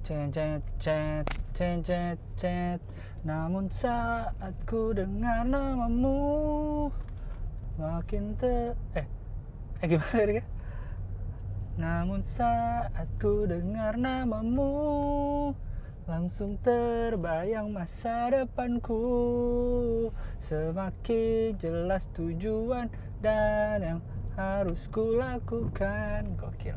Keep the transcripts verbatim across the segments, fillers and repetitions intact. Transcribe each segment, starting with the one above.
Cet, cet, cet, cet, cet, cet. Namun saat ku dengar namamu makin te eh eh gimana liriknya? Namun saat ku dengar namamu langsung terbayang masa depanku, semakin jelas tujuan dan yang harus ku lakukan. Gokil.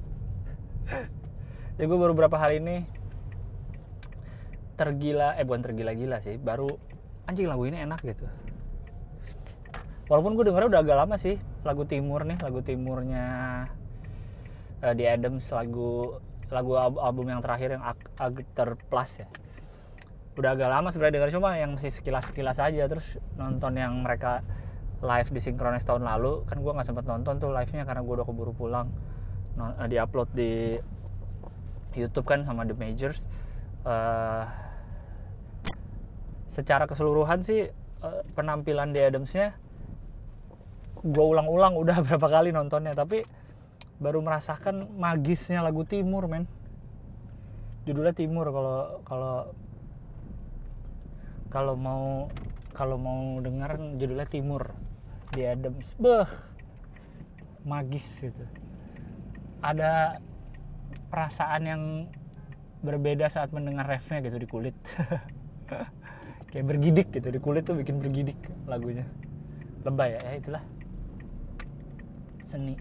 Ya gue baru beberapa hari ini tergila, eh bukan tergila-gila sih, baru anjing lagu ini enak gitu. Walaupun gue dengernya udah agak lama sih, lagu timur nih, lagu timurnya uh, The Adams, lagu lagu album yang terakhir yang Agter Plus ya. Udah agak lama sebenarnya denger, cuma yang masih sekilas-sekilas aja. Terus nonton yang mereka live di Synchronize tahun lalu, kan gue nggak sempet nonton tuh live-nya karena gue udah keburu pulang. No, uh, di-upload di YouTube kan sama The Majors. Uh, secara keseluruhan sih uh, penampilan The Adams-nya gue ulang-ulang udah berapa kali nontonnya, tapi baru merasakan magisnya lagu Timur, men. Judulnya Timur, kalau kalau kalau mau kalau mau dengar judulnya Timur The Adams. Beh, magis gitu. Ada perasaan yang berbeda saat mendengar refnya gitu di kulit. Kayak bergidik gitu di kulit tuh, bikin bergidik lagunya. Lebay ya, ya itulah seni.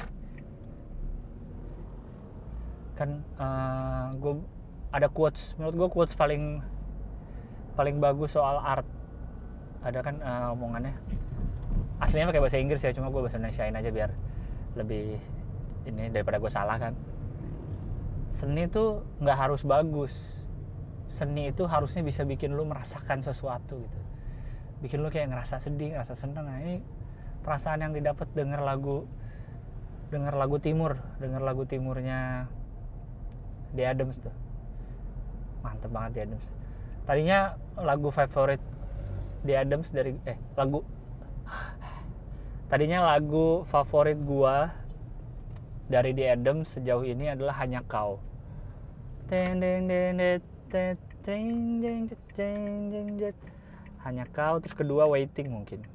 Kan uh, gue ada quotes, menurut gue quotes paling paling bagus soal art. Ada kan uh, omongannya aslinya pakai bahasa Inggris ya, cuma gue bahasa Indonesiain aja biar lebih ini daripada gue salah kan. Seni tuh nggak harus bagus, seni itu harusnya bisa bikin lu merasakan sesuatu gitu, bikin lu kayak ngerasa sedih, ngerasa senang. Nah ini perasaan yang didapat denger lagu denger lagu Timur, denger lagu Timurnya The Adams tuh mantep banget. The Adams tadinya lagu favorit The Adams dari eh lagu tadinya lagu favorit gua dari The Adams sejauh ini adalah Hanya Kau. Hanya Kau, terus kedua Waiting mungkin.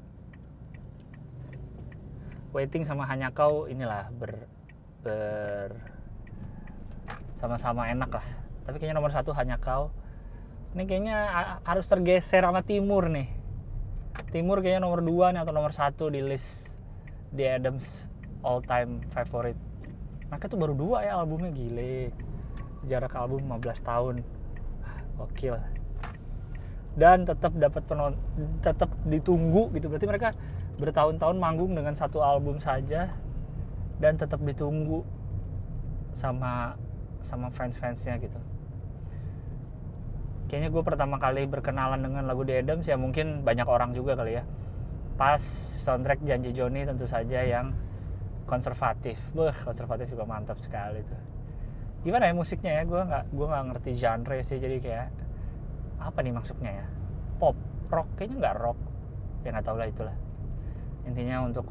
Waiting sama Hanya Kau inilah ber, ber sama-sama enak lah. Tapi kayaknya nomor satu Hanya Kau. Ini kayaknya harus tergeser sama Timur nih. Timur kayaknya nomor dua nih atau nomor satu di list The Adams all time favorite. Mereka tuh baru dua ya albumnya, gile. Jarak album lima belas tahun. Gokil. Dan tetap dapat penon tetap ditunggu gitu. Berarti mereka bertahun-tahun manggung dengan satu album saja dan tetap ditunggu sama sama fans-fansnya gitu. Kayaknya gue pertama kali berkenalan dengan lagu The Adams ya mungkin banyak orang juga kali ya, pas soundtrack Janji Joni tentu saja yang konservatif. Beuh, konservatif juga mantap sekali tuh. Gimana ya musiknya ya, gue nggak gue nggak ngerti genre sih, jadi kayak apa nih maksudnya ya, pop rock kayaknya nggak rock ya, nggak tahu lah, itulah intinya. Untuk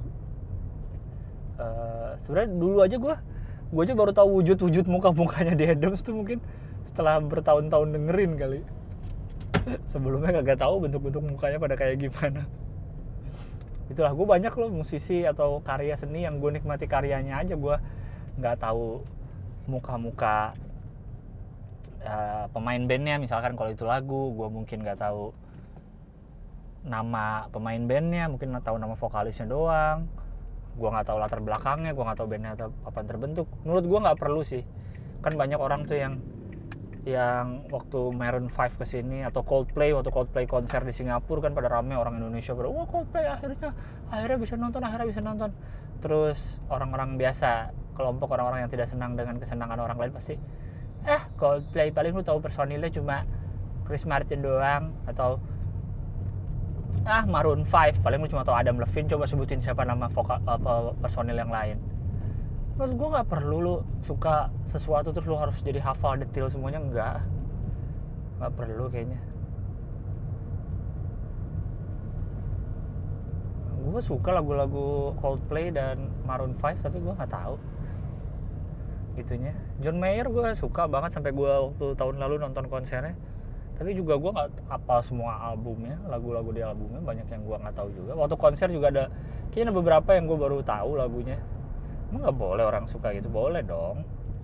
uh, sebenarnya dulu aja gue gue aja baru tahu wujud-wujud muka-mukanya The Adams tuh mungkin setelah bertahun-tahun dengerin kali. Sebelumnya kagak tahu bentuk-bentuk mukanya pada kayak gimana. Itulah, gue banyak loh musisi atau karya seni yang gue nikmati karyanya aja, gue nggak tahu muka-muka uh, pemain bandnya. Misalkan kalau itu lagu, gue mungkin nggak tahu nama pemain bandnya, mungkin nggak tahu nama vokalisnya doang. Gue nggak tahu latar belakangnya, gue nggak tahu bandnya atau apa terbentuk. Menurut gue nggak perlu sih. Kan banyak orang tuh yang yang waktu Maroon five kesini atau Coldplay, waktu Coldplay konser di Singapura kan pada rame orang Indonesia pada wah Coldplay akhirnya akhirnya bisa nonton akhirnya bisa nonton terus orang-orang biasa, kelompok orang-orang yang tidak senang dengan kesenangan orang lain pasti eh Coldplay paling lu tahu personilnya cuma Chris Martin doang, atau ah Maroon five paling lu cuma tahu Adam Levine, coba sebutin siapa nama vokal apa personil yang lain. Menurut gue gak perlu lu suka sesuatu terus lu harus jadi hafal detail semuanya, enggak. Gak perlu kayaknya. Gue suka lagu-lagu Coldplay dan Maroon five tapi gue gak tahu itunya. John Mayer gue suka banget sampai gue waktu tahun lalu nonton konsernya. Tapi juga gue nggak apal semua albumnya, lagu-lagu di albumnya banyak yang gue nggak tahu juga. Waktu konser juga ada, kayaknya ada beberapa yang gue baru tahu lagunya. Emang nggak boleh orang suka gitu? Boleh dong.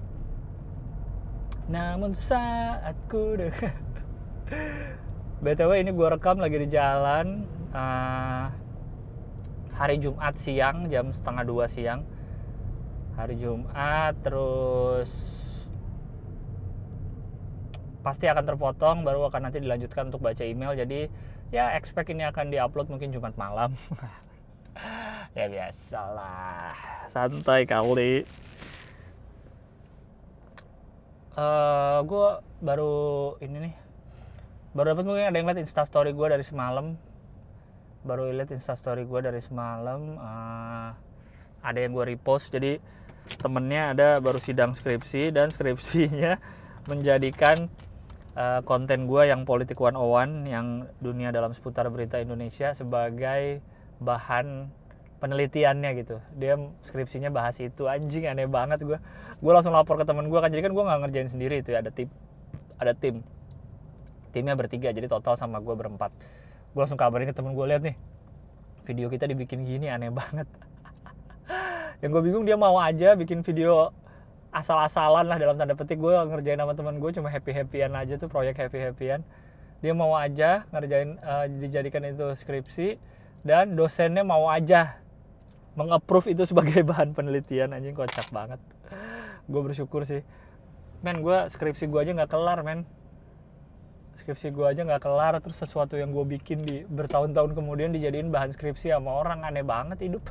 Namun saat ku dengar B T W ini gue rekam lagi di jalan uh, hari Jumat siang, jam setengah dua siang. Hari Jumat, terus pasti akan terpotong, baru akan nanti dilanjutkan untuk baca email. Jadi ya expect ini akan diupload mungkin Jumat malam. Ya biasalah, santai kali. uh, Gue baru ini nih, baru dapat mungkin ada yang lihat instastory gue dari semalam. Baru lihat instastory gue dari semalam. uh, Ada yang gue repost. Jadi temennya ada baru sidang skripsi, dan skripsinya menjadikan uh, konten gue yang Politik seratus satu, yang dunia dalam seputar berita Indonesia, sebagai bahan penelitiannya gitu. Dia skripsinya bahas itu. Anjing, aneh banget. Gue gue langsung lapor ke temen gue kan. Jadi kan gue nggak ngerjain sendiri itu ya, ada tim ada tim timnya bertiga, jadi total sama gue berempat. Gue langsung kabarin ke temen gue, lihat nih video kita dibikin gini, aneh banget. Yang gue bingung, dia mau aja bikin video asal-asalan lah dalam tanda petik. Gue ngerjain sama teman gue cuma happy-happyan aja tuh, proyek happy-happyan. Dia mau aja ngerjain, uh, dijadikan itu skripsi, dan dosennya mau aja meng-approve itu sebagai bahan penelitian. Anjing, kocak banget. Gue bersyukur sih, men. Gue skripsi gue aja nggak kelar, men. Skripsi gue aja nggak kelar, terus sesuatu yang gue bikin di bertahun-tahun kemudian dijadiin bahan skripsi sama orang. Aneh banget hidup.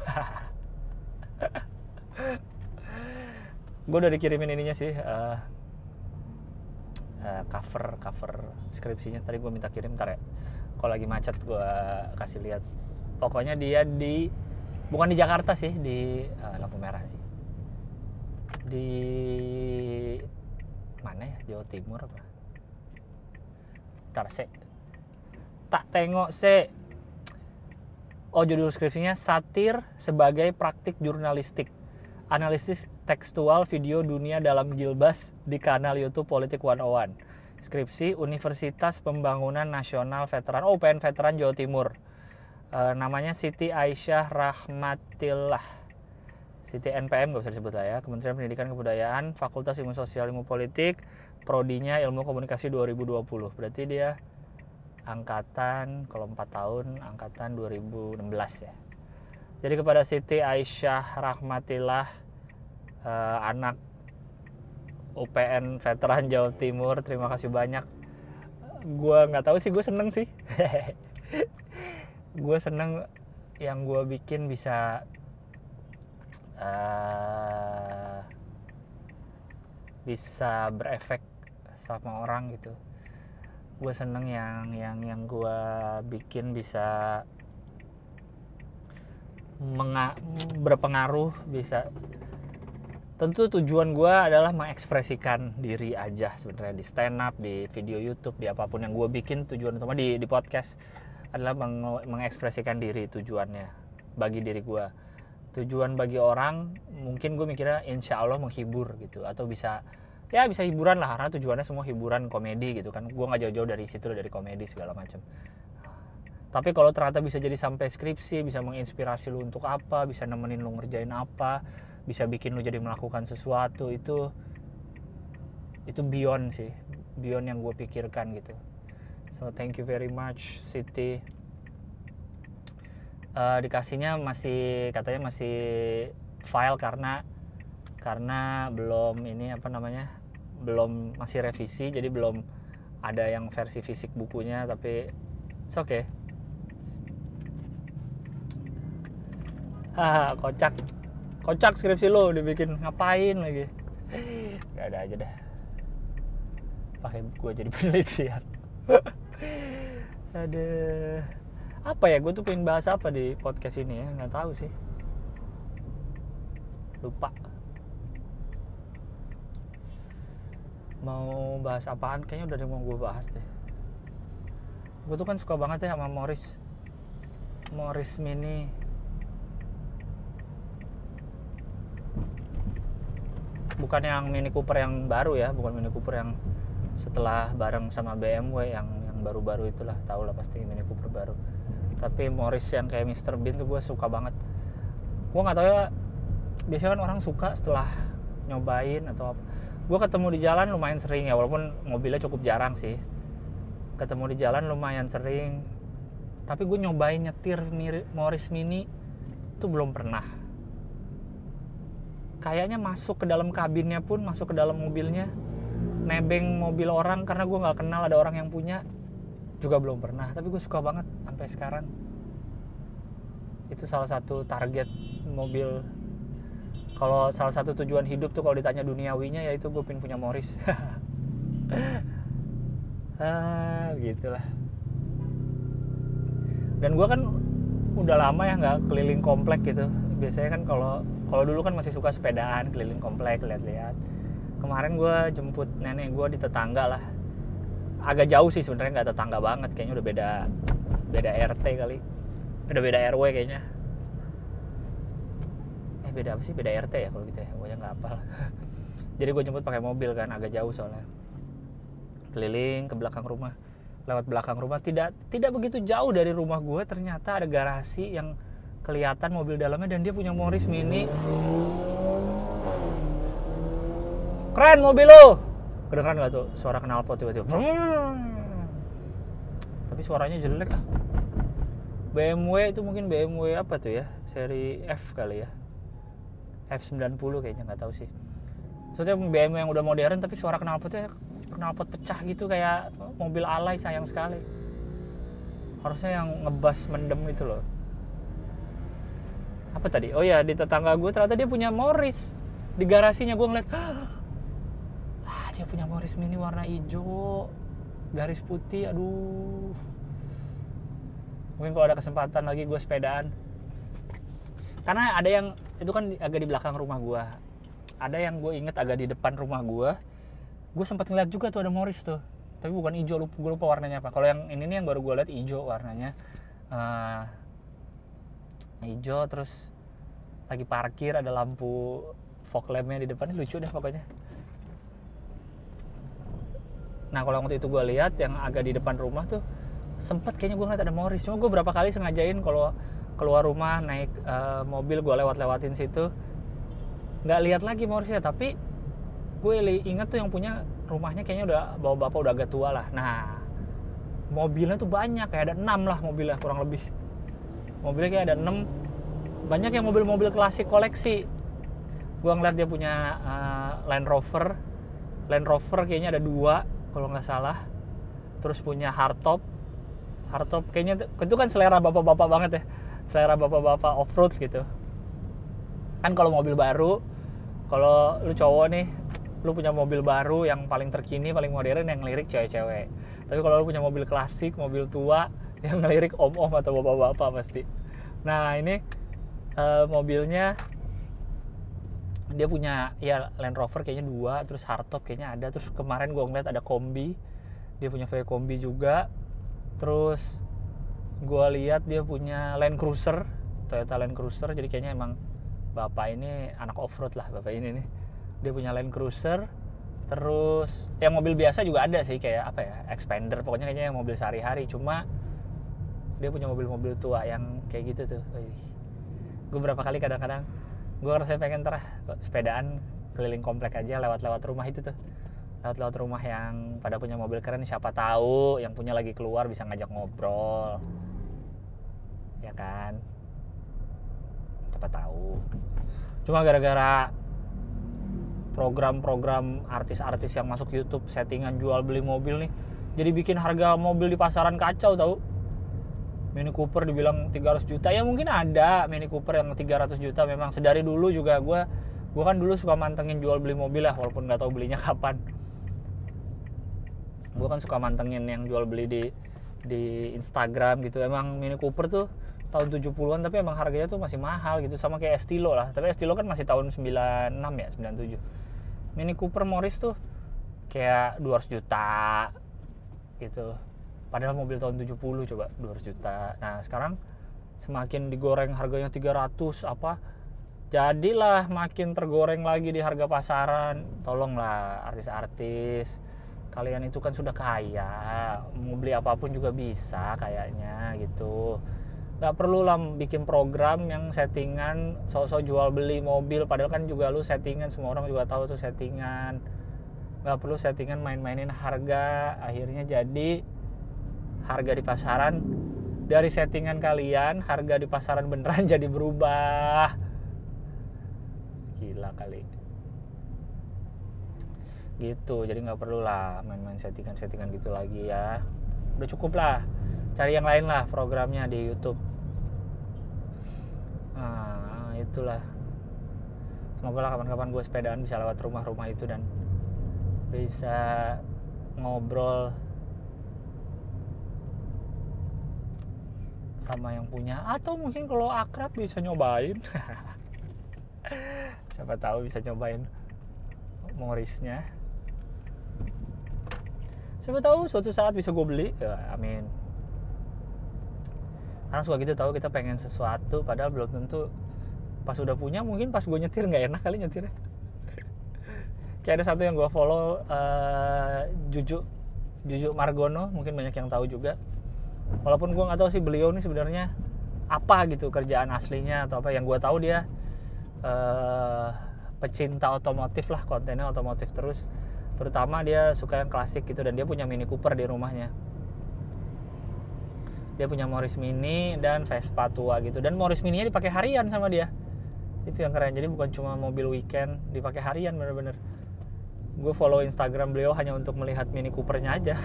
Gue udah dikirimin ininya sih, uh, uh, cover cover skripsinya. Tadi gue minta kirim, ntar ya kalau lagi macet gue kasih lihat. Pokoknya dia di, bukan di Jakarta sih, di uh, lampu merah nih, di mana ya, Jawa Timur apa. Ntar se tak tengok se. Oh, judul skripsinya Satir sebagai Praktik Jurnalistik, Analisis Tekstual Video Dunia Dalam Gilbas di kanal YouTube Politik seratus satu. Skripsi Universitas Pembangunan Nasional Veteran, oh U P N Veteran Jawa Timur. E, namanya Siti Aisyah Rahmatillah. Siti N P M gak usah disebut lah ya. Kementerian Pendidikan Kebudayaan, Fakultas Ilmu Sosial Ilmu Politik, Prodinya Ilmu Komunikasi dua ribu dua puluh. Berarti dia angkatan, kalau empat tahun, angkatan dua ribu enam belas ya. Jadi kepada Siti Aisyah Rahmatillah, eh, anak U P N Veteran Jawa Timur, terima kasih banyak. Gue nggak tahu sih, gue seneng sih. Gue seneng yang gue bikin bisa uh, bisa berefek sama orang gitu. Gue seneng yang yang yang gue bikin bisa menga- berpengaruh, bisa. Tentu tujuan gue adalah mengekspresikan diri aja sebenarnya, di stand up, di video YouTube, di apapun yang gue bikin. Tujuan utama di di podcast adalah meng- mengekspresikan diri, tujuannya bagi diri gue. Tujuan bagi orang mungkin gue mikirnya insya Allah menghibur gitu, atau bisa ya bisa hiburan lah, karena tujuannya semua hiburan, komedi gitu kan. Gue nggak jauh-jauh dari situ, dari komedi segala macam. Tapi kalau ternyata bisa jadi sampai skripsi, bisa menginspirasi lu untuk apa, bisa nemenin lu ngerjain apa, bisa bikin lu jadi melakukan sesuatu, itu itu beyond sih, beyond yang gue pikirkan gitu. So thank you very much Siti. Uh, dikasihnya masih, katanya masih file karena karena belum ini apa namanya, belum, masih revisi, jadi belum ada yang versi fisik bukunya, tapi it's okay. Haha, kocak kocak skripsi lo dibikin, ngapain lagi? Gak ada aja dah, pakai gue jadi penelitian. Ada apa ya, gue tuh pengen bahas apa di podcast ini ya, nggak tahu sih, lupa. Mau bahas apaan, kayaknya udah ada yang mau gue bahas deh. Gue tuh kan suka banget ya sama Morris Morris Mini. Buk, bukan yang Mini Cooper yang baru ya, bukan Mini Cooper yang setelah bareng sama B M W yang yang baru-baru itulah, tau lah pasti Mini Cooper baru. Tapi Morris yang kayak mister Bean tuh gue suka banget. Gue nggak tahu ya, biasanya kan orang suka setelah nyobain atau apa. Gue ketemu di jalan lumayan sering ya, walaupun mobilnya cukup jarang sih. Ketemu di jalan lumayan sering. Tapi gue nyobain nyetir Morris Mini itu belum pernah. Kayaknya masuk ke dalam kabinnya pun, masuk ke dalam mobilnya, nebeng mobil orang karena gue nggak kenal ada orang yang punya, juga belum pernah. Tapi gue suka banget sampai sekarang. Itu salah satu target mobil. Kalau salah satu tujuan hidup tuh kalau ditanya duniawinya, yaitu gue pengen punya Morris. Ah, gitulah. Dan gue kan udah lama ya nggak keliling komplek gitu. Biasanya kan kalau kalau dulu kan masih suka sepedaan keliling komplek, lihat-lihat. Kemarin gue jemput nenek gue di tetangga lah. Agak jauh sih sebenarnya, nggak tetangga banget, kayaknya udah beda beda R T kali, udah beda R W kayaknya. Eh beda apa sih, beda R T ya kalau gitu ya, gue nggak hafal. Jadi gue jemput pakai mobil kan, agak jauh soalnya. Keliling ke belakang rumah, lewat belakang rumah, tidak tidak begitu jauh dari rumah gue ternyata ada garasi yang kelihatan mobil dalamnya, dan dia punya Morris Mini. Keren mobil lo. Kedengeran gak tuh suara knalpot tiba-tiba? Tapi suaranya jelek ah. B M W itu mungkin B M W apa tuh ya? Seri F kali ya. F sembilan puluh kayaknya, nggak tahu sih. Maksudnya B M W yang udah modern tapi suara knalpotnya knalpot pecah gitu kayak mobil alay, sayang sekali. Harusnya yang ngebas mendem itu loh. Apa tadi? Oh ya, di tetangga gue ternyata dia punya Morris. Di garasinya gue ngeliat, ah, dia punya Morris Mini warna hijau, garis putih. Aduh, mungkin kalau ada kesempatan lagi gue sepedaan. Karena ada yang itu kan agak di belakang rumah gue, ada yang gue inget agak di depan rumah gue. Gue sempat ngeliat juga tuh ada Morris tuh, tapi bukan hijau, gue lupa warnanya apa. Kalau yang ini nih yang baru gue lihat hijau warnanya. Uh, hijau, terus lagi parkir, ada lampu fog lampnya di depannya, lucu deh pokoknya. Nah kalau waktu itu gue lihat yang agak di depan rumah tuh sempet kayaknya gue ngeliat ada Morris. Cuma gue berapa kali sengajain kalau keluar rumah naik uh, mobil gue lewat-lewatin situ, nggak lihat lagi Morrisnya. Tapi gue inget tuh yang punya rumahnya kayaknya udah bapak-bapak, udah agak tua lah. Nah mobilnya tuh banyak, kayak ada enam lah mobilnya kurang lebih. Mobilnya kayak ada enam. Banyak yang mobil-mobil klasik koleksi. Gua ngeliat dia punya uh, Land Rover. Land Rover kayaknya ada dua kalau nggak salah. Terus punya hardtop. Hardtop kayaknya itu kan selera bapak-bapak banget ya. Selera bapak-bapak off-road gitu. Kan kalau mobil baru, kalau lu cowok nih, lu punya mobil baru yang paling terkini, paling modern, yang ngelirik cewek-cewek. Tapi kalau lu punya mobil klasik, mobil tua, yang ngelirik om-om atau bapak-bapak pasti. Nah ini uh, mobilnya dia punya ya Land Rover kayaknya dua, terus hardtop kayaknya ada, terus kemarin gue ngeliat ada kombi, dia punya V kombi juga. Terus gue lihat dia punya Land Cruiser, Toyota Land Cruiser. Jadi kayaknya emang bapak ini anak off-road lah, bapak ini nih. Dia punya Land Cruiser. Terus yang mobil biasa juga ada sih, kayak apa ya, Expander, pokoknya kayaknya yang mobil sehari-hari. Cuma dia punya mobil-mobil tua yang kayak gitu tuh. Gue berapa kali kadang-kadang gue rasanya pengen terah sepedaan keliling komplek aja, lewat-lewat rumah itu tuh, lewat-lewat rumah yang pada punya mobil keren. Siapa tahu yang punya lagi keluar bisa ngajak ngobrol, ya kan? Siapa tahu. Cuma gara-gara program-program artis-artis yang masuk YouTube settingan jual beli mobil nih, jadi bikin harga mobil di pasaran kacau tau. Mini Cooper dibilang tiga ratus juta, ya mungkin ada Mini Cooper yang tiga ratus juta. Memang sedari dulu juga gue gue kan dulu suka mantengin jual beli mobil lah, walaupun nggak tahu belinya kapan. Gue kan suka mantengin yang jual beli di di Instagram gitu. Emang Mini Cooper tuh tahun tujuh puluhan, tapi emang harganya tuh masih mahal gitu, sama kayak Estilo lah. Tapi Estilo kan masih tahun sembilan puluh enam ya, sembilan puluh tujuh. Mini Cooper Morris tuh kayak dua ratus juta gitu. Padahal mobil tahun tujuh puluh coba dua ratus juta. Nah, sekarang semakin digoreng harganya tiga ratus apa, jadilah makin tergoreng lagi di harga pasaran. Tolonglah artis-artis, kalian itu kan sudah kaya, mau beli apapun juga bisa kayaknya gitu. Gak perlu lah bikin program yang settingan sok-sok jual beli mobil, padahal kan juga lu settingan, semua orang juga tahu tuh settingan. Gak perlu settingan main-mainin harga, akhirnya jadi harga di pasaran dari settingan kalian, harga di pasaran beneran jadi berubah. Gila kali gitu. Jadi nggak perlu lah main-main settingan-settingan gitu lagi ya. Udah cukup lah, cari yang lain lah programnya di YouTube. Nah itulah, semoga lah kapan-kapan gue sepedaan bisa lewat rumah-rumah itu dan bisa ngobrol sama yang punya, atau mungkin kalau akrab bisa nyobain. Siapa tahu bisa nyobain Morrisnya. Siapa tahu suatu saat bisa gue beli. Ya, amin. Karena suka gitu, tahu kita pengen sesuatu padahal belum tentu pas udah punya. Mungkin pas gue nyetir nggak enak kali nyetirnya. Kayak ada satu yang gue follow, uh, Juju Juju Margono, mungkin banyak yang tahu juga. Walaupun gue nggak tahu sih beliau ini sebenarnya apa gitu kerjaan aslinya atau apa. Yang gue tahu dia Uh, pecinta otomotif lah, kontennya otomotif terus, terutama dia suka yang klasik gitu, dan dia punya Mini Cooper di rumahnya. Dia punya Morris Mini dan Vespa tua gitu, dan Morris Mini-nya dipakai harian sama dia. Itu yang keren, jadi bukan cuma mobil weekend, dipakai harian bener-bener. Gue follow Instagram beliau hanya untuk melihat Mini Cooper-nya aja.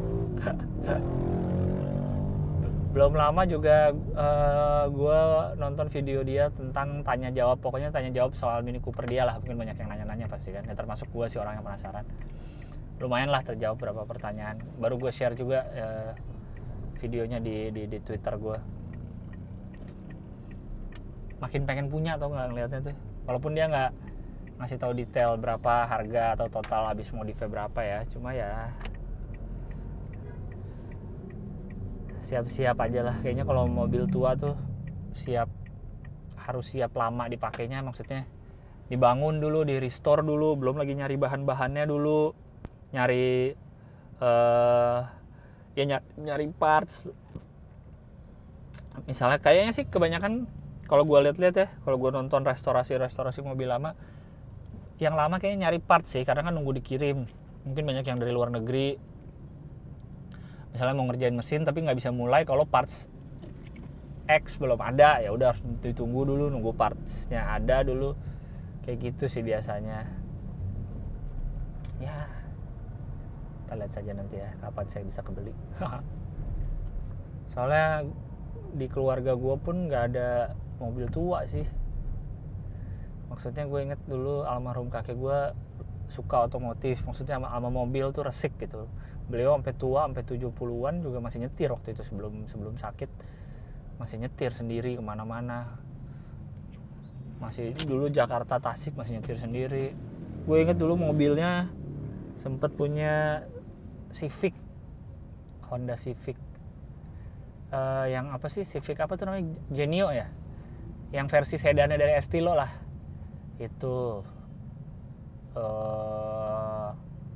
Belum lama juga uh, gue nonton video dia tentang tanya jawab, pokoknya tanya jawab soal Mini Cooper dia lah. Mungkin banyak yang nanya-nanya pasti kan, ya, termasuk gue sih orang yang penasaran. Lumayan lah terjawab beberapa pertanyaan. Baru gue share juga uh, videonya di, di, di Twitter gue. Makin pengen punya atau nggak ngeliatnya tuh, walaupun dia nggak ngasih tahu detail berapa harga atau total habis modifnya berapa ya, cuma ya siap-siap aja lah. Kayaknya kalau mobil tua tuh siap, harus siap lama dipakainya, maksudnya dibangun dulu, di restore dulu, belum lagi nyari bahan-bahannya dulu, nyari uh, ya ny- nyari parts. Misalnya kayaknya sih kebanyakan kalau gue lihat-lihat ya, kalau gue nonton restorasi-restorasi mobil lama, yang lama kayaknya nyari parts sih, karena kan nunggu dikirim. Mungkin banyak yang dari luar negeri, misalnya mau ngerjain mesin tapi nggak bisa mulai kalau parts X belum ada, ya udah harus ditunggu dulu, nunggu partsnya ada dulu, kayak gitu sih biasanya. Ya kita lihat saja nanti ya kapan saya bisa kebeli. Soalnya di keluarga gue pun nggak ada mobil tua sih. Maksudnya gue inget dulu almarhum kakek gue suka otomotif, maksudnya sama, sama mobil tuh resik gitu. Beliau sampai tua, sampai tujuh puluhan juga masih nyetir waktu itu, sebelum sebelum sakit masih nyetir sendiri kemana-mana. Masih dulu Jakarta Tasik masih nyetir sendiri. Gue inget dulu mobilnya sempet punya Civic, Honda Civic, uh, yang apa sih Civic apa tuh namanya, Genio ya, yang versi sedannya dari Estilo lah itu. Uh,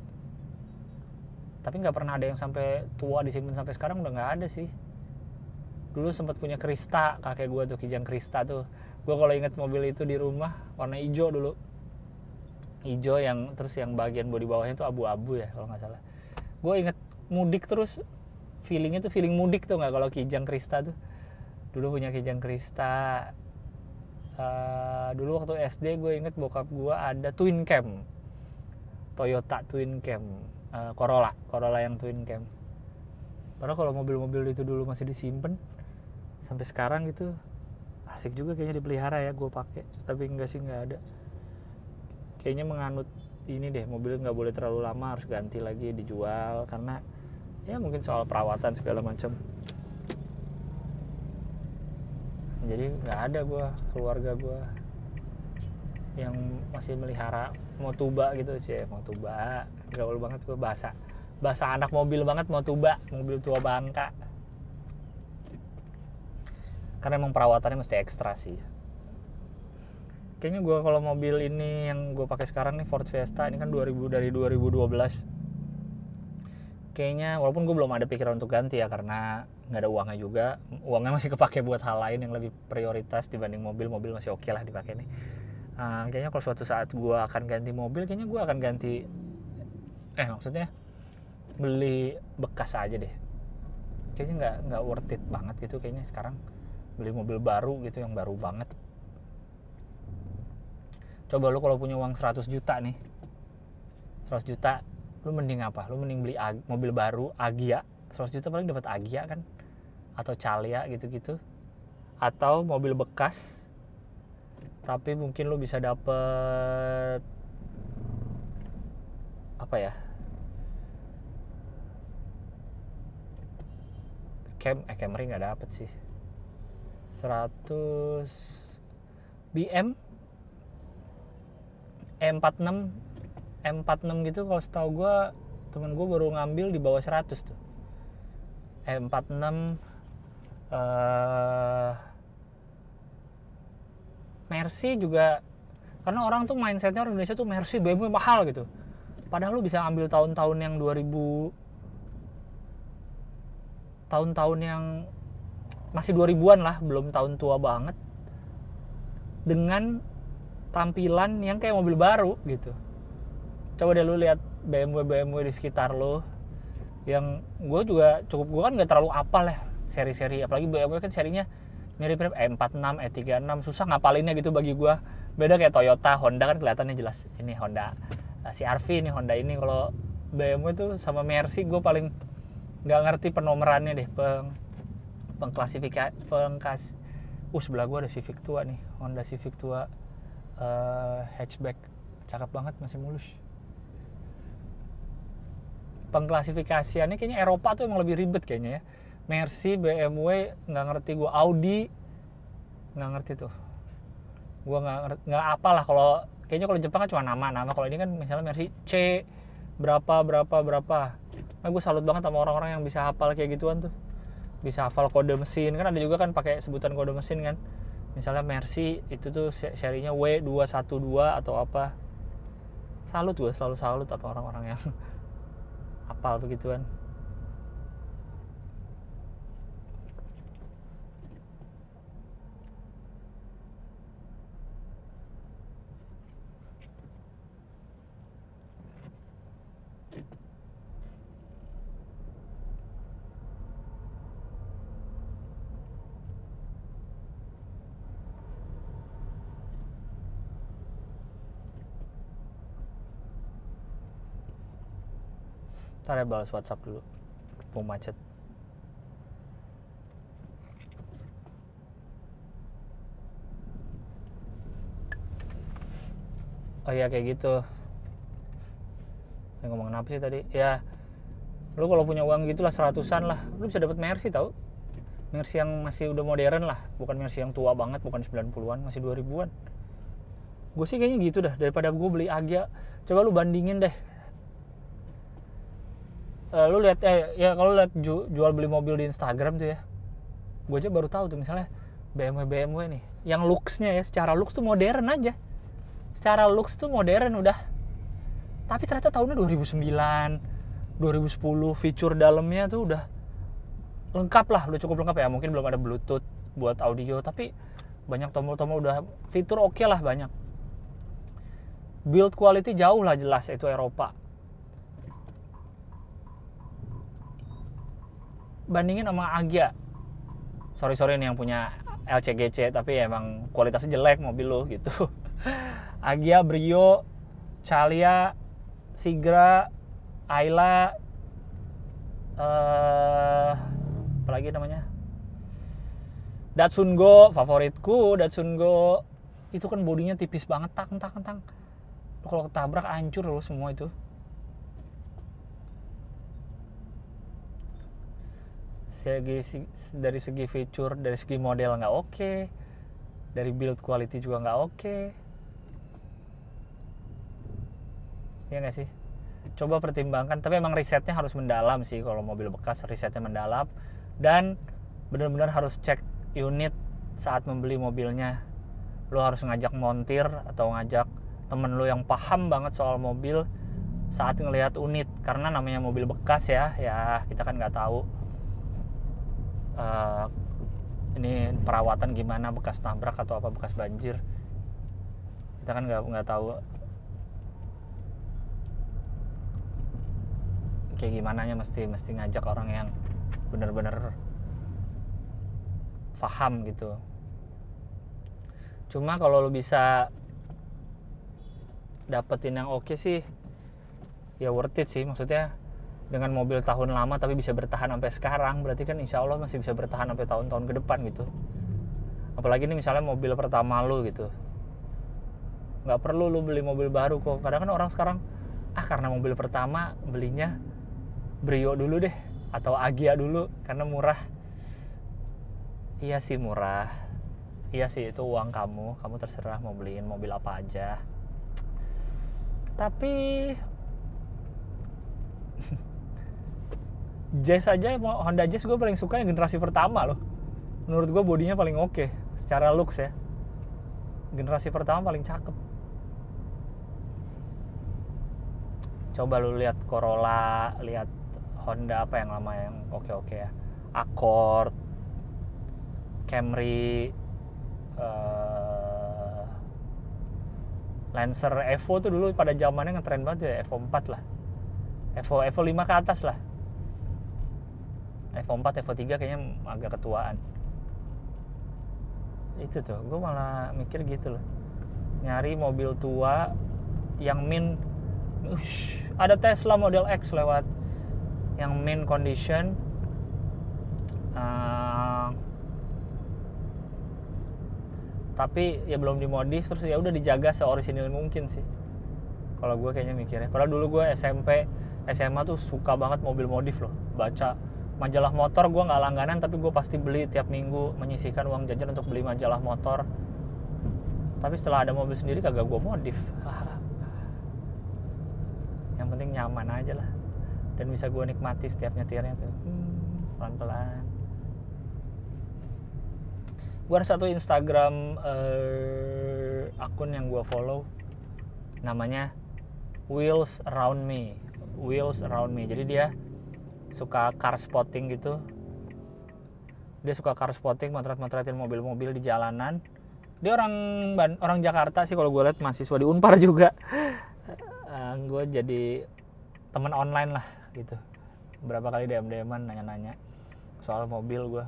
tapi nggak pernah ada yang sampai tua disimpan sampai sekarang, udah nggak ada sih. Dulu sempat punya Krista, kakek gue tuh, Kijang Krista tuh. Gue kalau inget mobil itu di rumah warna hijau dulu, hijau yang terus yang bagian bodi bawahnya tuh abu-abu ya kalau nggak salah. Gue inget mudik terus, feelingnya tuh feeling mudik tuh nggak kalau Kijang Krista tuh. Dulu punya Kijang Krista. Uh, dulu waktu S D gue inget bokap gue ada Twin Cam, Toyota Twin Cam. Uh, Corolla, Corolla yang Twin Cam. Padahal kalau mobil-mobil itu dulu masih disimpan sampai sekarang gitu, asik juga kayaknya dipelihara ya, gue pakai. Tapi enggak sih, nggak ada. Kayaknya menganut ini deh, mobil nggak boleh terlalu lama, harus ganti lagi, dijual, karena ya mungkin soal perawatan segala macam. Jadi nggak ada gue, keluarga gue yang masih melihara Motuba gitu, cie Motuba, gaul banget gue, bahasa bahasa anak mobil banget Motuba, mobil tua bangka. Karena emang perawatannya mesti ekstra sih. kayaknya gue kalau mobil ini yang gue pakai sekarang nih Ford Fiesta ini kan dua ribu dari dua ribu dua belas, kayaknya walaupun gue belum ada pikiran untuk ganti ya karena nggak ada uangnya juga, uangnya masih kepake buat hal lain yang lebih prioritas dibanding mobil. Mobil masih oke lah dipakai nih. Uh, kayaknya kalau suatu saat gue akan ganti mobil, kayaknya gue akan ganti eh maksudnya beli bekas aja deh. Kayaknya nggak nggak worth it banget gitu kayaknya sekarang beli mobil baru gitu yang baru banget. Coba lu kalau punya uang seratus juta nih, seratus juta, lu mending apa? Lu mending beli ag- mobil baru Agya, seratus juta paling dapat Agya kan, atau Calya gitu-gitu, atau mobil bekas tapi mungkin lu bisa dapet apa ya, Cam eh Camry nggak dapet sih, seratus B M E empat puluh enam E empat puluh enam gitu. Kalau setahu gue temen gue baru ngambil di bawah seratus tuh E empat puluh enam. uh, Mercy juga, karena orang tuh mindsetnya orang Indonesia tuh Mercy B M W mahal gitu, padahal lu bisa ambil tahun-tahun yang dua ribu, tahun-tahun yang masih dua ribuan lah, belum tahun tua banget, dengan tampilan yang kayak mobil baru gitu. Coba deh lu lihat B M W B M W di sekitar lu, yang gue juga cukup, gue kan nggak terlalu apal ya seri-seri, apalagi B M W kan serinya mirip-mirip E empat puluh enam, E tiga puluh enam, susah ngapalinnya gitu bagi gue. Beda kayak Toyota, Honda kan kelihatannya jelas, ini Honda C R V, ini Honda ini. Kalau B M W tuh sama Mercy gue paling nggak ngerti penomorannya deh, peng pengklasifikasi pengkas. Uh sebelah gue ada Civic tua nih, Honda Civic tua uh, hatchback, cakep banget, masih mulus. Pengklasifikasiannya kayaknya Eropa tuh emang lebih ribet kayaknya ya. Mercy, B M W nggak ngerti gue, Audi nggak ngerti tuh, gue nggak ngerti, nggak apa lah. Kalau kayaknya kalau Jepang kan cuma nama-nama, kalau ini kan misalnya Mercy C berapa berapa berapa. Nah, gue salut banget sama orang-orang yang bisa hafal kayak gituan tuh, bisa hafal kode mesin. Kan ada juga kan pakai sebutan kode mesin kan, misalnya Mercy itu tuh serinya W dua satu dua atau apa. Salut, gue selalu salut apa orang-orang yang hafal begituan. Ntar ya balas WhatsApp dulu, mau macet. Oh iya kayak gitu. Yang ngomongin apa sih tadi? Ya, lu kalau punya uang gitulah seratusan lah, lu bisa dapat Mercy tau. Mercy yang masih udah modern lah, bukan Mercy yang tua banget, bukan sembilan puluhan, masih dua ribuan. Gue sih kayaknya gitu dah, daripada gue beli Agya. Coba lu bandingin deh. Uh, lu lihat eh ya kalau lihat ju, jual beli mobil di Instagram tuh ya, gue aja baru tahu tuh misalnya B M W B M W nih, yang looks-nya ya, secara looks tuh modern aja, secara looks tuh modern udah, tapi ternyata tahunnya dua ribu sembilan, dua ribu sepuluh, fitur dalamnya tuh udah lengkap lah, udah cukup lengkap ya. Mungkin belum ada Bluetooth buat audio, tapi banyak tombol-tombol, udah fitur oke okay lah banyak. Build quality jauh lah jelas itu Eropa. Bandingin sama Agya, sorry sorry nih yang punya L C G C, tapi emang kualitasnya jelek mobil lo gitu. Agya, Brio, Calya, Sigra, Ayla, uh, apalagi namanya, Datsun Go, favoritku Datsun Go. Itu kan bodinya tipis banget, tak tak tak. Kalau ketabrak hancur loh semua itu. Segi, dari segi fitur, dari segi model nggak oke, okay. Dari build quality juga nggak oke, okay. Ya nggak sih? Coba pertimbangkan, tapi emang risetnya harus mendalam sih. Kalau mobil bekas risetnya mendalam, dan benar-benar harus cek unit saat membeli mobilnya. lu harus ngajak montir atau ngajak temen lu yang paham banget soal mobil saat ngelihat unit, karena namanya mobil bekas ya, ya kita kan nggak tahu uh, ini perawatan gimana, bekas nabrak atau apa, bekas banjir, kita kan nggak nggak tahu kayak gimana nya. Mesti mesti ngajak orang yang bener-bener paham gitu. Cuma kalau lu bisa dapetin yang oke sih ya worth it sih. Maksudnya dengan mobil tahun lama tapi bisa bertahan sampai sekarang, berarti kan insya Allah masih bisa bertahan sampai tahun-tahun ke depan gitu. Apalagi ini misalnya mobil pertama lu gitu, nggak perlu lu beli mobil baru kok. Kadang kan orang sekarang ah karena mobil pertama belinya Brio dulu deh atau Agya dulu karena murah. Iya sih murah, iya sih itu uang kamu, kamu terserah mau beliin mobil apa aja. Tapi Jazz aja, Honda Jazz gue paling suka yang generasi pertama loh. Menurut gue bodinya paling oke secara looks ya. Generasi pertama paling cakep. Coba lu lihat Corolla, lihat Honda apa yang lama yang oke-oke ya. Accord, Camry, uh, Lancer, Evo tuh dulu pada zamannya ngetren banget ya, Evo empat lah. Evo Evo lima ke atas lah. Evo empat, Evo tiga kayaknya agak ketuaan. Itu tuh, gue malah mikir gitu loh. Nyari mobil tua yang min, ush, ada Tesla Model X lewat yang min condition, uh, tapi ya belum dimodif, terus ya udah dijaga seorisinil mungkin sih. Kalau gue kayaknya mikirnya. Padahal dulu gue S M P, S M A tuh suka banget mobil modif loh. Baca majalah motor gue nggak langganan, tapi gue pasti beli tiap minggu, menyisihkan uang jajan untuk beli majalah motor. Tapi setelah ada mobil sendiri kagak gue modif. Yang penting nyaman aja lah, dan bisa gue nikmati setiap nyetirnya tuh, hmm, pelan-pelan. Gue ada satu Instagram uh, akun yang gue follow, namanya Wheels Around Me. Wheels Around Me. Jadi dia suka car spotting gitu. Dia suka car spotting, motret-motretin mobil-mobil di jalanan. Dia orang orang Jakarta sih kalau gue lihat, mahasiswa di Unpar juga. Uh, gue jadi teman online lah gitu. Berapa kali D M-D M-an nanya-nanya soal mobil gue.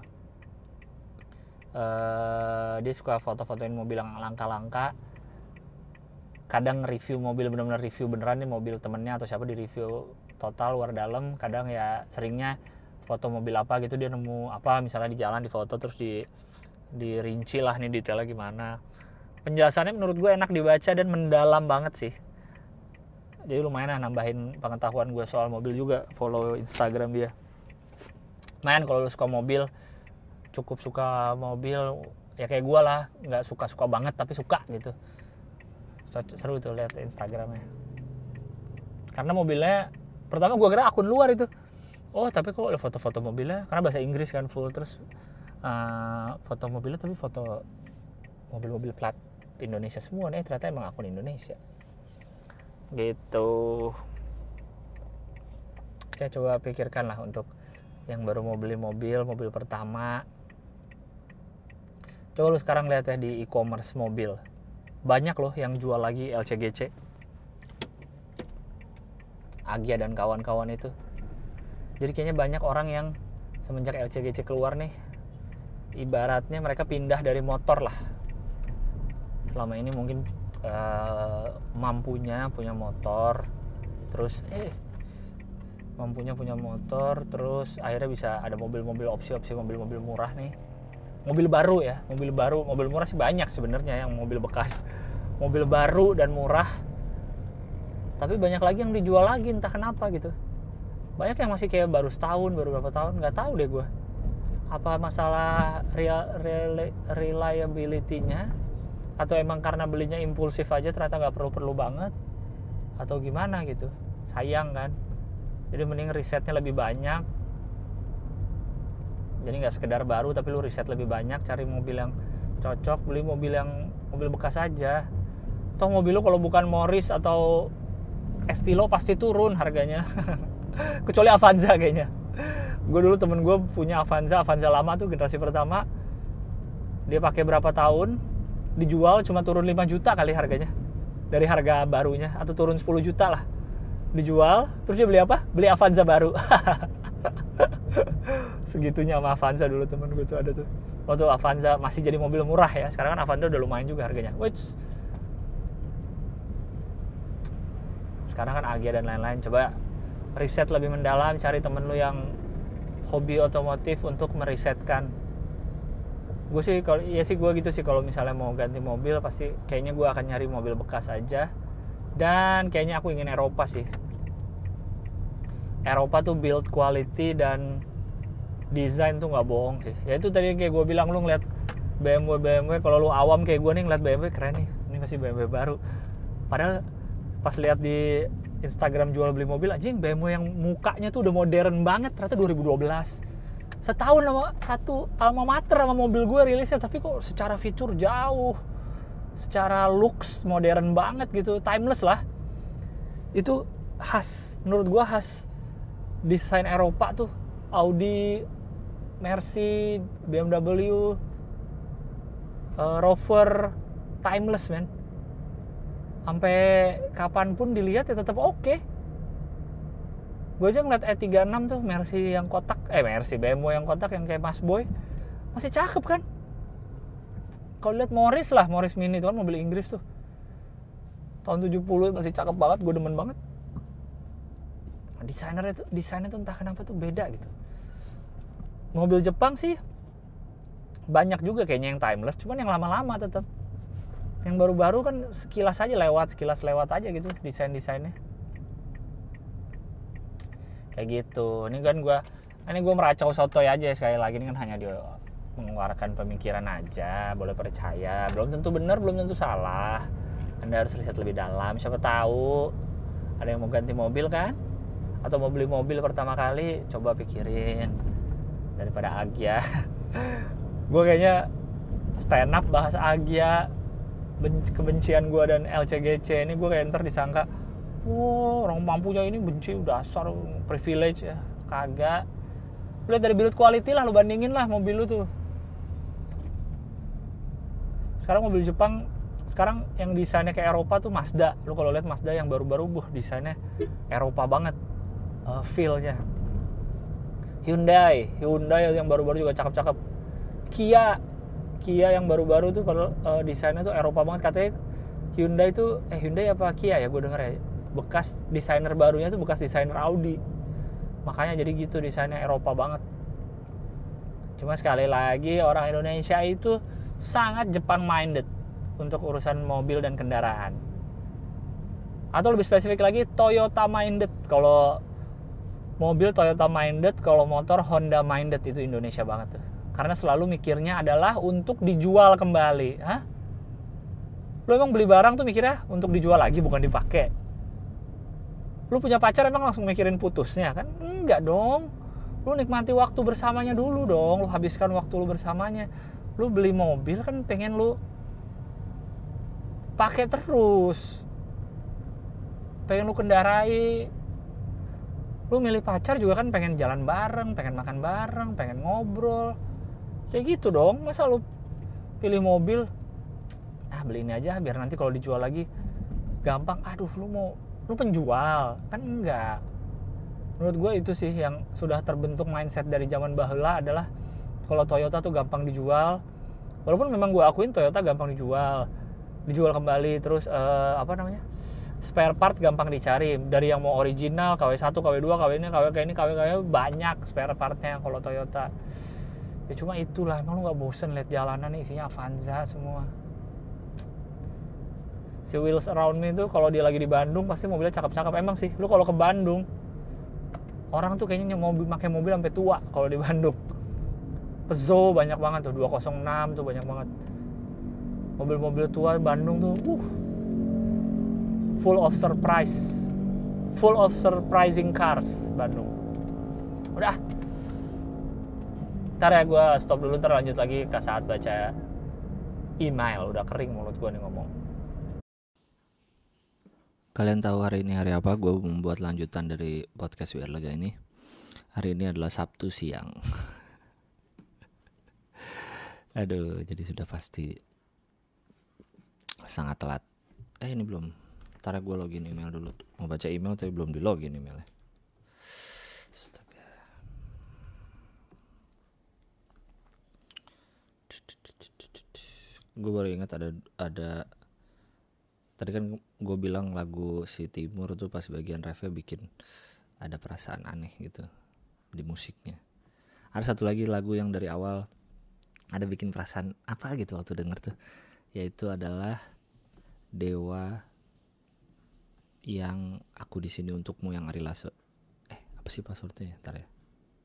Uh, dia suka foto-fotoin mobil yang langka-langka. Kadang review mobil, benar-benar review beneran nih mobil temennya atau siapa, di review total luar dalam. Kadang ya seringnya foto mobil apa gitu, dia nemu apa misalnya di jalan, di foto terus di dirinci lah nih detailnya gimana. Penjelasannya menurut gue enak dibaca dan mendalam banget sih. Jadi lumayan lah nambahin pengetahuan gue soal mobil juga, follow Instagram dia. Lumayan kalau lu suka mobil, cukup suka mobil ya kayak gue lah, nggak suka-suka banget tapi suka gitu. Seru tuh lihat Instagramnya. Karena mobilnya, pertama gue kira akun luar itu. Oh tapi kok ada foto-foto mobilnya, karena bahasa Inggris kan full, terus uh, foto mobilnya tapi foto mobil-mobil plat Indonesia semua nih, ternyata emang akun Indonesia. Gitu. Ya coba pikirkan lah untuk yang baru mau beli mobil, mobil pertama. Coba lu sekarang lihat ya di e-commerce mobil. Banyak loh yang jual lagi L C G C, Agya dan kawan-kawan itu. Jadi kayaknya banyak orang yang semenjak L C G C keluar nih, ibaratnya mereka pindah dari motor lah. Selama ini mungkin uh, mampunya punya motor, terus eh mampunya punya motor, terus akhirnya bisa ada mobil-mobil opsi-opsi mobil-mobil murah nih. Mobil baru ya, mobil baru, mobil murah sih banyak sebenarnya yang mobil bekas. Mobil baru dan murah. Tapi banyak lagi yang dijual lagi entah kenapa gitu. Banyak yang masih kayak baru setahun, baru berapa tahun, nggak tahu deh gue. Apa masalah real, real, reliability-nya, atau emang karena belinya impulsif aja ternyata nggak perlu-perlu banget, atau gimana gitu. Sayang kan. Jadi mending risetnya lebih banyak. Jadi nggak sekedar baru tapi lu riset lebih banyak, cari mobil yang cocok, beli mobil yang mobil bekas aja. Toh mobil lu kalau bukan Morris atau Estilo pasti turun harganya. Kecuali Avanza kayaknya. Gue dulu temen gue punya Avanza, Avanza lama tuh generasi pertama. Dia pakai berapa tahun, dijual cuma turun lima juta kali harganya dari harga barunya, atau turun sepuluh juta lah. Dijual, terus dia beli apa? Beli Avanza baru. Segitunya sama Avanza dulu temen gue tuh ada tuh. Waktu Avanza masih jadi mobil murah ya. Sekarang kan Avanza udah lumayan juga harganya. Which sekarang kan Agya dan lain-lain. Coba riset lebih mendalam, cari temen lu yang hobi otomotif untuk merisetkan. Gue sih kalau ya sih gue gitu sih, kalau misalnya mau ganti mobil pasti kayaknya gue akan nyari mobil bekas aja. Dan kayaknya aku ingin Eropa sih. Eropa tuh build quality dan desain tuh nggak bohong sih. Ya itu tadi kayak gue bilang, lu ngeliat B M W B M W, kalau lu awam kayak gue nih ngeliat B M W keren nih, ini masih B M W baru. Padahal pas lihat di Instagram jual beli mobil, anjing B M W yang mukanya tuh udah modern banget, ternyata dua ribu dua belas. Setahun sama satu alma mater sama mobil gue rilisnya, tapi kok secara fitur jauh, secara looks modern banget gitu, timeless lah. Itu khas, menurut gue khas desain Eropa tuh. Audi, Mercy, B M W, uh, Rover, timeless man. Sampai kapanpun dilihat ya tetap oke. Okay. Gue aja ngeliat E tiga enam tuh, Mercy yang kotak, eh Mercy, B M W yang kotak yang kayak Mas Boy, masih cakep kan. Kalau lihat Morris lah, Morris Mini itu kan mobil Inggris tuh, tahun tujuh puluh, masih cakep banget, gue demen banget. Desainer itu, desainnya tuh entah kenapa tuh beda gitu. Mobil Jepang sih banyak juga kayaknya yang timeless, cuman yang lama-lama tetap. Yang baru-baru kan sekilas aja lewat, sekilas lewat aja gitu desain-desainnya. Kayak gitu. Ini kan gue, ini gue meracau sotoy aja sekali lagi. Ini kan hanya dia mengeluarkan pemikiran aja, boleh percaya. Belum tentu benar, belum tentu salah. Anda harus riset lebih dalam. Siapa tahu ada yang mau ganti mobil kan? Atau mau beli mobil pertama kali, coba pikirin daripada Agya. Gue kayaknya stand up bahas Agya, kebencian gue dan L C G C ini gue kayak ntar disangka, wow orang mampunya ini benci dasar privilege ya. Kagak. Lihat dari build quality lah, lu bandingin lah mobil lu tuh. Sekarang mobil Jepang sekarang yang desainnya kayak Eropa tuh Mazda. Lu kalau lihat Mazda yang baru-baru, buh desainnya Eropa banget. Uh, feel-nya. Hyundai, Hyundai yang baru-baru juga cakep-cakep. Kia, Kia yang baru-baru tuh padahal uh, desainnya tuh Eropa banget. Katanya Hyundai tuh, eh Hyundai apa Kia ya, gue denger ya, bekas desainer barunya tuh bekas desainer Audi. Makanya jadi gitu, desainnya Eropa banget. Cuma sekali lagi orang Indonesia itu sangat Jepang minded untuk urusan mobil dan kendaraan. Atau lebih spesifik lagi, Toyota minded. Kalau mobil Toyota minded, kalau motor Honda minded, itu Indonesia banget tuh. Karena selalu mikirnya adalah untuk dijual kembali. Hah? Lu emang beli barang tuh mikirnya untuk dijual lagi, bukan dipakai? Lu punya pacar emang langsung mikirin putusnya kan? Enggak dong. Lu nikmati waktu bersamanya dulu dong. Lu habiskan waktu lu bersamanya. Lu beli mobil kan pengen lu pakai terus, pengen lu kendarai. Lu milih pacar juga kan pengen jalan bareng, pengen makan bareng, pengen ngobrol. Kayak gitu dong. Masa lu pilih mobil, ah beli ini aja biar nanti kalau dijual lagi gampang. Aduh, lu mau, lu penjual kan? Enggak. Menurut gue itu sih yang sudah terbentuk mindset dari zaman baheula adalah kalau Toyota tuh gampang dijual. Walaupun memang gue akuin Toyota gampang dijual, dijual kembali, terus uh, apa namanya, spare part gampang dicari. Dari yang mau original, K W satu, K W dua, K W ini, K W ini, K W K W banyak spare partnya kalau Toyota. Ya cuma itulah, emang lu gak bosen lihat jalanan nih isinya Avanza semua. Si Wheels Around Me itu kalau dia lagi di Bandung pasti mobilnya cakep-cakep. Emang sih, lu kalau ke Bandung, orang tuh kayaknya mobil, pakai mobil sampai tua kalau di Bandung. Peugeot banyak banget tuh, dua nol enam tuh banyak banget. Mobil-mobil tua Bandung tuh, uh, full of surprise, full of surprising cars Bandung. Udah, ntar ya gue stop dulu, ntar lanjut lagi ke saat baca email. Udah kering mulut gue nih ngomong. Kalian tahu hari ini hari apa? Gue membuat lanjutan dari podcast Biar Lega ini. Hari ini adalah Sabtu siang. Aduh, jadi sudah pasti sangat telat. Eh ini belum. Ntar gue login email dulu. Mau baca email tapi belum di login emailnya. Astaga. Gue baru ingat ada ada tadi kan gue bilang lagu si Timur tuh pas bagian refnya bikin ada perasaan aneh gitu di musiknya. Ada satu lagi lagu yang dari awal ada bikin perasaan apa gitu waktu denger tuh, yaitu adalah Dewa yang Aku di Sini Untukmu yang Ari Lasso. Eh apa sih passwordnya ya? Ntar ya.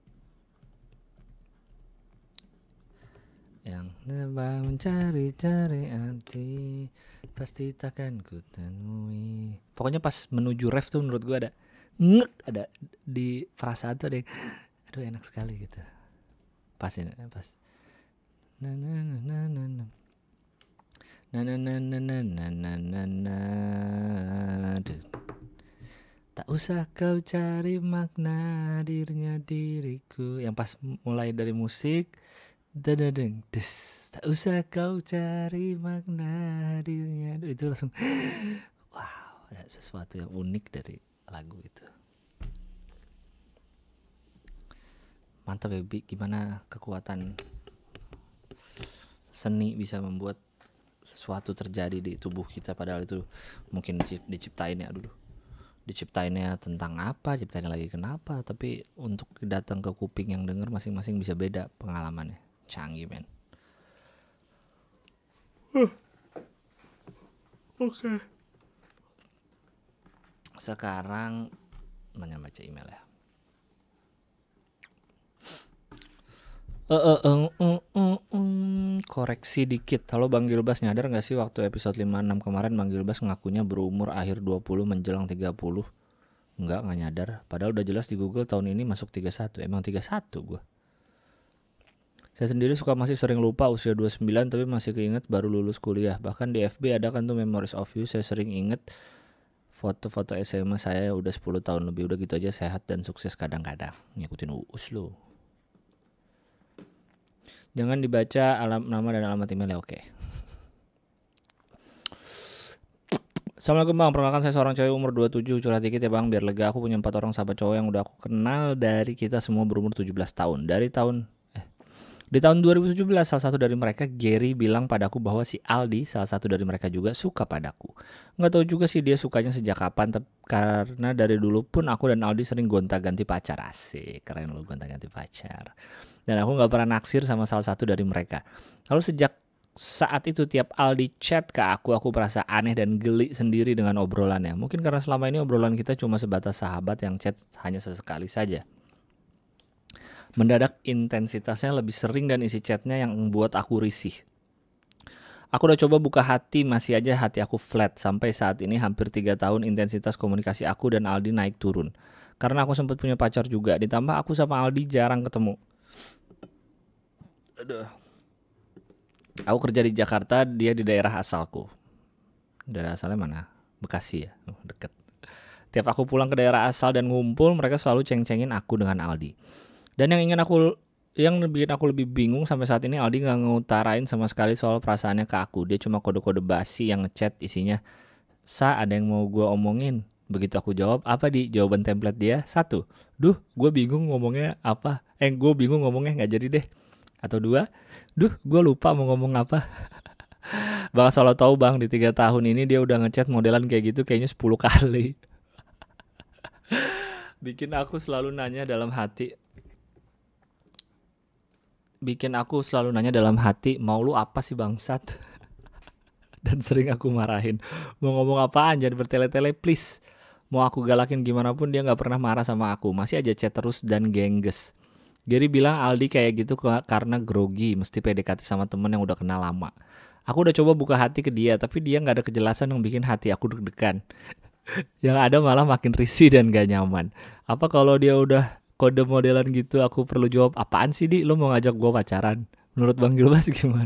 Yang nebak mencari-cari arti pasti takkan ku temui. Pokoknya pas menuju ref tuh menurut gue ada nget, ada di perasaan tuh ada yang, aduh enak sekali gitu. Pas ini pas na na na na na na na na na na na na na na na. Aduh. Tak usah kau cari makna dirinya diriku. Yang pas mulai dari musik dadadeng des, tak usah kau cari makna dirinya, itu langsung wow, ada sesuatu yang unik dari lagu itu. Mantap ya Bi, gimana kekuatan seni bisa membuat sesuatu terjadi di tubuh kita, padahal itu mungkin diciptainnya dulu diciptainnya tentang apa, ciptainnya lagi kenapa, tapi untuk datang ke kuping yang denger masing-masing bisa beda pengalamannya. Canggih men. uh. Oke okay. Sekarang mana baca email ya. Uh, uh, uh, uh, uh, uh. Koreksi dikit. Halo Bang Gilbas, nyadar gak sih waktu episode lima puluh enam kemarin Bang Gilbas ngakunya berumur akhir dua puluh menjelang tiga puluh? Enggak, gak nyadar. Padahal udah jelas di Google tahun ini masuk tiga puluh satu. Emang tiga puluh satu gue. Saya sendiri suka masih sering lupa usia dua puluh sembilan tapi masih keinget baru lulus kuliah. Bahkan di F B ada kan tuh Memories of You, saya sering inget foto-foto S M A saya udah sepuluh tahun lebih. Udah gitu aja sehat dan sukses kadang-kadang. Ngikutin Uus lo. Jangan dibaca alam nama dan alamat email ya, oke. Assalamualaikum Bang, perkenalkan saya seorang cewek umur dua puluh tujuh, curhat dikit ya Bang biar lega. Aku punya empat orang sahabat cowok yang udah aku kenal dari kita semua berumur tujuh belas tahun. Dari tahun Di tahun dua ribu tujuh belas, salah satu dari mereka, Gary, bilang padaku bahwa si Aldi, salah satu dari mereka juga, suka padaku. Nggak tahu juga sih dia sukanya sejak kapan, tapi karena dari dulu pun aku dan Aldi sering gonta-ganti pacar. Asik, keren lu gonta-ganti pacar. Dan aku nggak pernah naksir sama salah satu dari mereka. Lalu sejak saat itu tiap Aldi chat ke aku, aku merasa aneh dan geli sendiri dengan obrolannya. Mungkin karena selama ini obrolan kita cuma sebatas sahabat yang chat hanya sesekali saja. Mendadak intensitasnya lebih sering dan isi chatnya yang membuat aku risih. Aku udah coba buka hati, masih aja hati aku flat. Sampai saat ini hampir tiga tahun intensitas komunikasi aku dan Aldi naik turun. Karena aku sempat punya pacar juga, ditambah aku sama Aldi jarang ketemu. Aduh. Aku kerja di Jakarta, dia di daerah asalku. Daerah asalnya mana? Bekasi ya, oh, deket. Tiap aku pulang ke daerah asal dan ngumpul, mereka selalu ceng-cengin aku dengan Aldi. Dan yang ingin aku yang bikin aku lebih bingung sampai saat ini, Aldi nggak ngutarain sama sekali soal perasaannya ke aku. Dia cuma kode-kode basi yang ngechat isinya, "Sa, ada yang mau gue omongin." Begitu aku jawab, apa di jawaban template dia? Satu, duh, gue bingung ngomongnya apa. Eh, gue bingung ngomongnya nggak jadi deh. Atau dua, duh, gue lupa mau ngomong apa. Bang Solo tahu Bang, di tiga tahun ini dia udah ngechat modelan kayak gitu kayaknya sepuluh kali. Bikin aku selalu nanya dalam hati. Bikin aku selalu nanya dalam hati, mau lu apa sih bangsat? Dan sering aku marahin, mau ngomong apaan, jangan bertele-tele please. Mau aku galakin gimana pun dia gak pernah marah sama aku, masih aja chat terus dan gengges. Gary bilang Aldi kayak gitu karena grogi, mesti P D K T sama temen yang udah kenal lama. Aku udah coba buka hati ke dia, tapi dia gak ada kejelasan yang bikin hati aku deg-degan. Yang ada malah makin risih dan gak nyaman. Apa kalau dia udah kode modelan gitu aku perlu jawab, apaan sih Di, lo mau ngajak gue pacaran? Menurut Bang Gilbas gimana?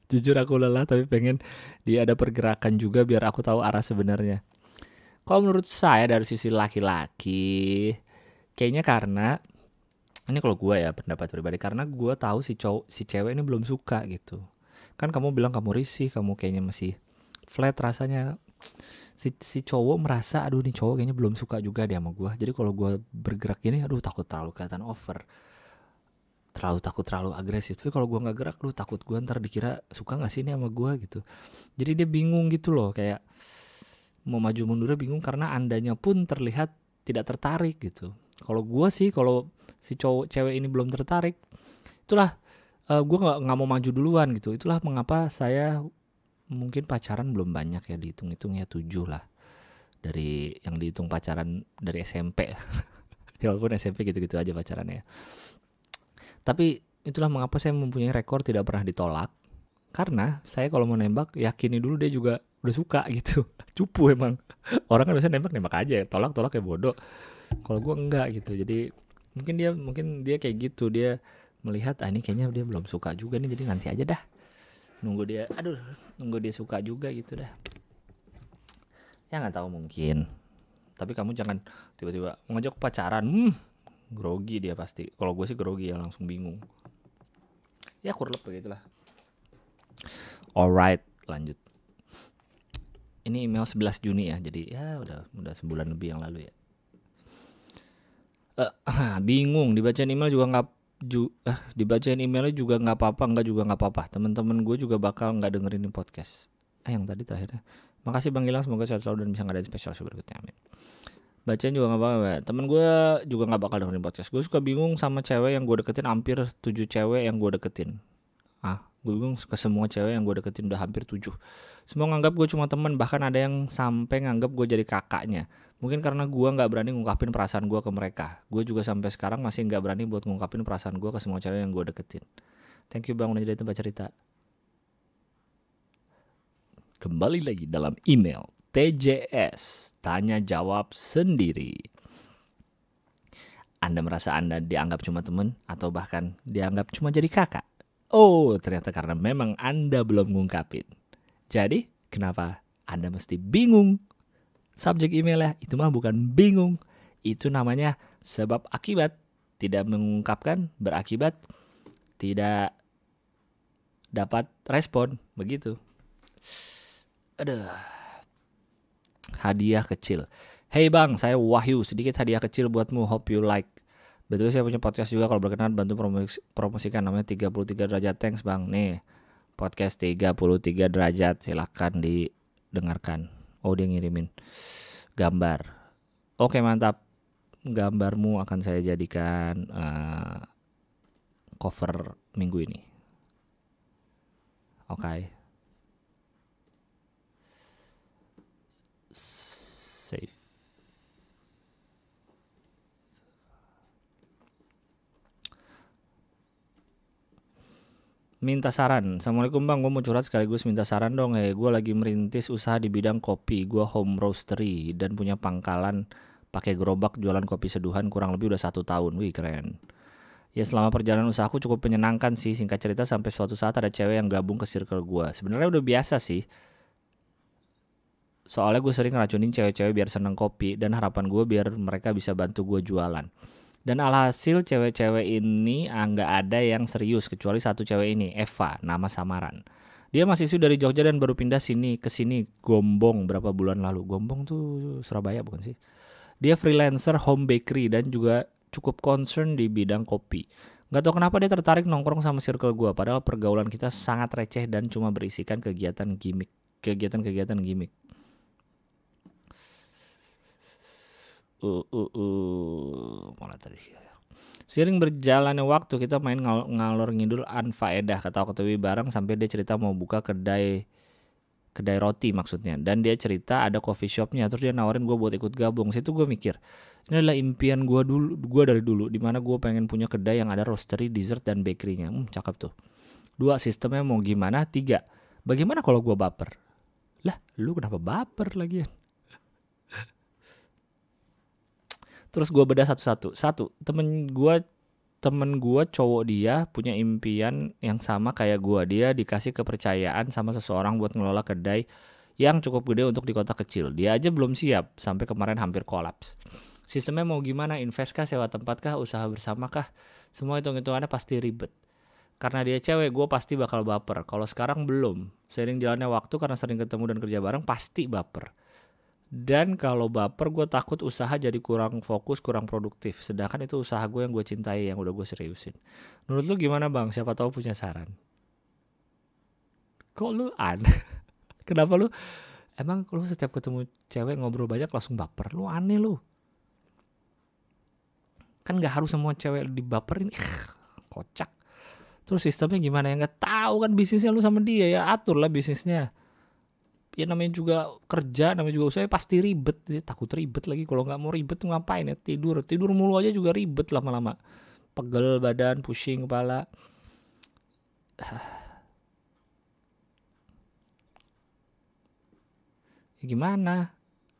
Jujur aku lelah tapi pengen dia ada pergerakan juga biar aku tahu arah sebenarnya. Kalau menurut saya dari sisi laki-laki, kayaknya karena ini kalau gue ya pendapat pribadi, karena gue tahu si cowok si cewek ini belum suka gitu. Kan kamu bilang kamu risih, kamu kayaknya masih flat rasanya. Si si cowok merasa aduh nih cowok kayaknya belum suka juga dia sama gue. Jadi kalau gue bergerak gini, aduh takut terlalu kelihatan over. Terlalu takut terlalu agresif. Tapi kalau gue nggak gerak, lu takut gue ntar dikira suka nggak sih ini sama gue gitu. Jadi dia bingung gitu loh, kayak mau maju mundurnya bingung karena andanya pun terlihat tidak tertarik gitu. Kalau gue sih, kalau si cowok cewek ini belum tertarik, itulah uh, gue nggak nggak mau maju duluan gitu. Itulah mengapa saya mungkin pacaran belum banyak ya, dihitung-hitung ya tujuh lah dari yang dihitung pacaran dari S M P. Ya walaupun S M P gitu-gitu aja pacarannya. Tapi itulah mengapa saya mempunyai rekor tidak pernah ditolak. Karena saya kalau mau nembak yakini dulu dia juga udah suka gitu. Cupu emang. Orang kan biasanya nembak-nembak aja, tolak-tolak kayak bodoh. Kalau gue enggak gitu. Jadi mungkin dia mungkin dia kayak gitu, dia melihat ah ini kayaknya dia belum suka juga nih, jadi nanti aja dah. Nunggu dia, aduh, nunggu dia suka juga gitu dah. Ya nggak tahu mungkin. Tapi kamu jangan tiba-tiba ngajak pacaran. Hmm, grogi dia pasti. Kalau gue sih grogi ya, langsung bingung. Ya kurlep begitulah. Alright, lanjut. Ini email sebelas Juni ya, jadi ya udah udah sebulan lebih yang lalu ya. Uh, bingung dibacain email juga nggak ju, uh, dibacain emailnya juga nggak apa-apa, nggak juga nggak apa-apa. Teman-teman gue juga bakal nggak dengerin ini podcast. Eh yang tadi terakhirnya. Makasih Bang Gilang, semoga sehat selalu dan bisa ngadain spesial show berikutnya, amin. Bacain juga nggak apa-apa. Temen gue juga nggak bakal dengerin podcast. Gue suka bingung sama cewek yang gue deketin, hampir tujuh cewek yang gue deketin. Ah, gue bingung ke semua cewek yang gue deketin udah hampir tujuh. Semua nganggap gue cuma temen, bahkan ada yang sampai nganggap gue jadi kakaknya. Mungkin karena gue nggak berani ngungkapin perasaan gue ke mereka. Gue juga sampai sekarang masih nggak berani buat ngungkapin perasaan gue ke semua cewek yang gue deketin. Thank you Bang udah jadi tempat cerita. Kembali lagi dalam email T J S, tanya jawab sendiri. Anda merasa Anda dianggap cuma temen atau bahkan dianggap cuma jadi kakak? Oh, ternyata karena memang Anda belum ngungkapin. Jadi, kenapa Anda mesti bingung? Subjek emailnya itu mah bukan bingung. Itu namanya sebab akibat. Tidak mengungkapkan berakibat tidak dapat respon. Begitu. Aduh. Hadiah kecil. Hey bang, saya Wahyu. Sedikit hadiah kecil buatmu. Hope you like. Betul, saya punya podcast juga, kalau berkenan bantu promosi, promosikan, namanya tiga puluh tiga derajat. Thanks bang. Nih podcast tiga puluh tiga derajat, silakan didengarkan. Oh dia ngirimin gambar. Oke mantap, gambarmu akan saya jadikan uh, cover minggu ini. Oke okay. Save. Minta saran. Assalamualaikum bang, gue mau curhat sekaligus minta saran dong. Hey, gue lagi merintis usaha di bidang kopi. Gue home roastery dan punya pangkalan pakai gerobak jualan kopi seduhan kurang lebih udah satu tahun. Wih keren. Ya selama perjalanan usahaku cukup menyenangkan sih. Singkat cerita sampai suatu saat ada cewek yang gabung ke circle gue. Sebenarnya udah biasa sih. Soalnya gue sering ngeracunin cewek-cewek biar seneng kopi. Dan harapan gue biar mereka bisa bantu gue jualan. Dan alhasil cewek-cewek ini nggak ah, ada yang serius kecuali satu cewek ini, Eva, nama samaran. Dia mahasiswa dari Jogja dan baru pindah sini ke sini Gombong berapa bulan lalu. Gombong tuh Surabaya bukan sih? Dia freelancer home bakery dan juga cukup concern di bidang kopi. Gak tau kenapa dia tertarik nongkrong sama circle gue, padahal pergaulan kita sangat receh dan cuma berisikan kegiatan gimmick, kegiatan-kegiatan gimmick. Uh, uh, uh, malah tadi. Seiring berjalannya waktu kita main ngal- ngalor ngidul anfaedah, ketawa-ketawi bareng sampai dia cerita mau buka kedai kedai roti maksudnya, dan dia cerita ada coffee shopnya, terus dia nawarin gue buat ikut gabung. Situ gue mikir ini adalah impian gue dulu, gue dari dulu, dimana gue pengen punya kedai yang ada roastery, dessert dan bakerynya. Hmm, cakep tuh. Dua, sistemnya mau gimana? Tiga, bagaimana kalau gue baper? Lah, lu kenapa baper lagi? Terus gue bedah satu-satu. Satu, temen gue temen gue cowok dia punya impian yang sama kayak gue. Dia dikasih kepercayaan sama seseorang buat ngelola kedai yang cukup gede untuk di kota kecil. Dia aja belum siap, sampai kemarin hampir kolaps. Sistemnya mau gimana? Invest kah, sewa tempat kah, usaha bersama kah? Semua hitung-hitungannya pasti ribet. Karena dia cewek, gue pasti bakal baper. Kalau sekarang belum. Seiring jalannya waktu, karena sering ketemu dan kerja bareng, pasti baper. Dan kalau baper, gue takut usaha jadi kurang fokus, kurang produktif. Sedangkan itu usaha gue yang gue cintai, yang udah gue seriusin. Menurut lu gimana bang? Siapa tahu punya saran. Kok lu aneh? Kenapa lu? Emang lu setiap ketemu cewek ngobrol banyak langsung baper? Lu aneh lu. Kan gak harus semua cewek dibaperin. Kocak. Terus sistemnya gimana? Ya gak tahu kan bisnisnya lu sama dia, ya atur lah bisnisnya. Ya namanya juga kerja, namanya juga usaha, pasti ribet. Dia takut ribet lagi. Kalau nggak mau ribet tuh ngapain ya? Tidur, tidur mulu aja juga ribet lama-lama. Pegel badan, pusing kepala. Ya gimana?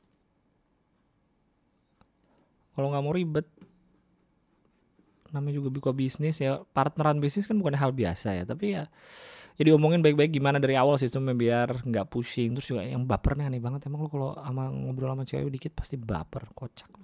Kalau nggak mau ribet, namanya juga buka bisnis ya. Partneran bisnis kan bukan hal biasa ya. Tapi ya jadi omongin baik-baik gimana dari awal sistemnya biar nggak pusing. Terus juga yang bapernya aneh banget. Emang lu kalau sama ngobrol sama cewek dikit pasti baper, kocak lu.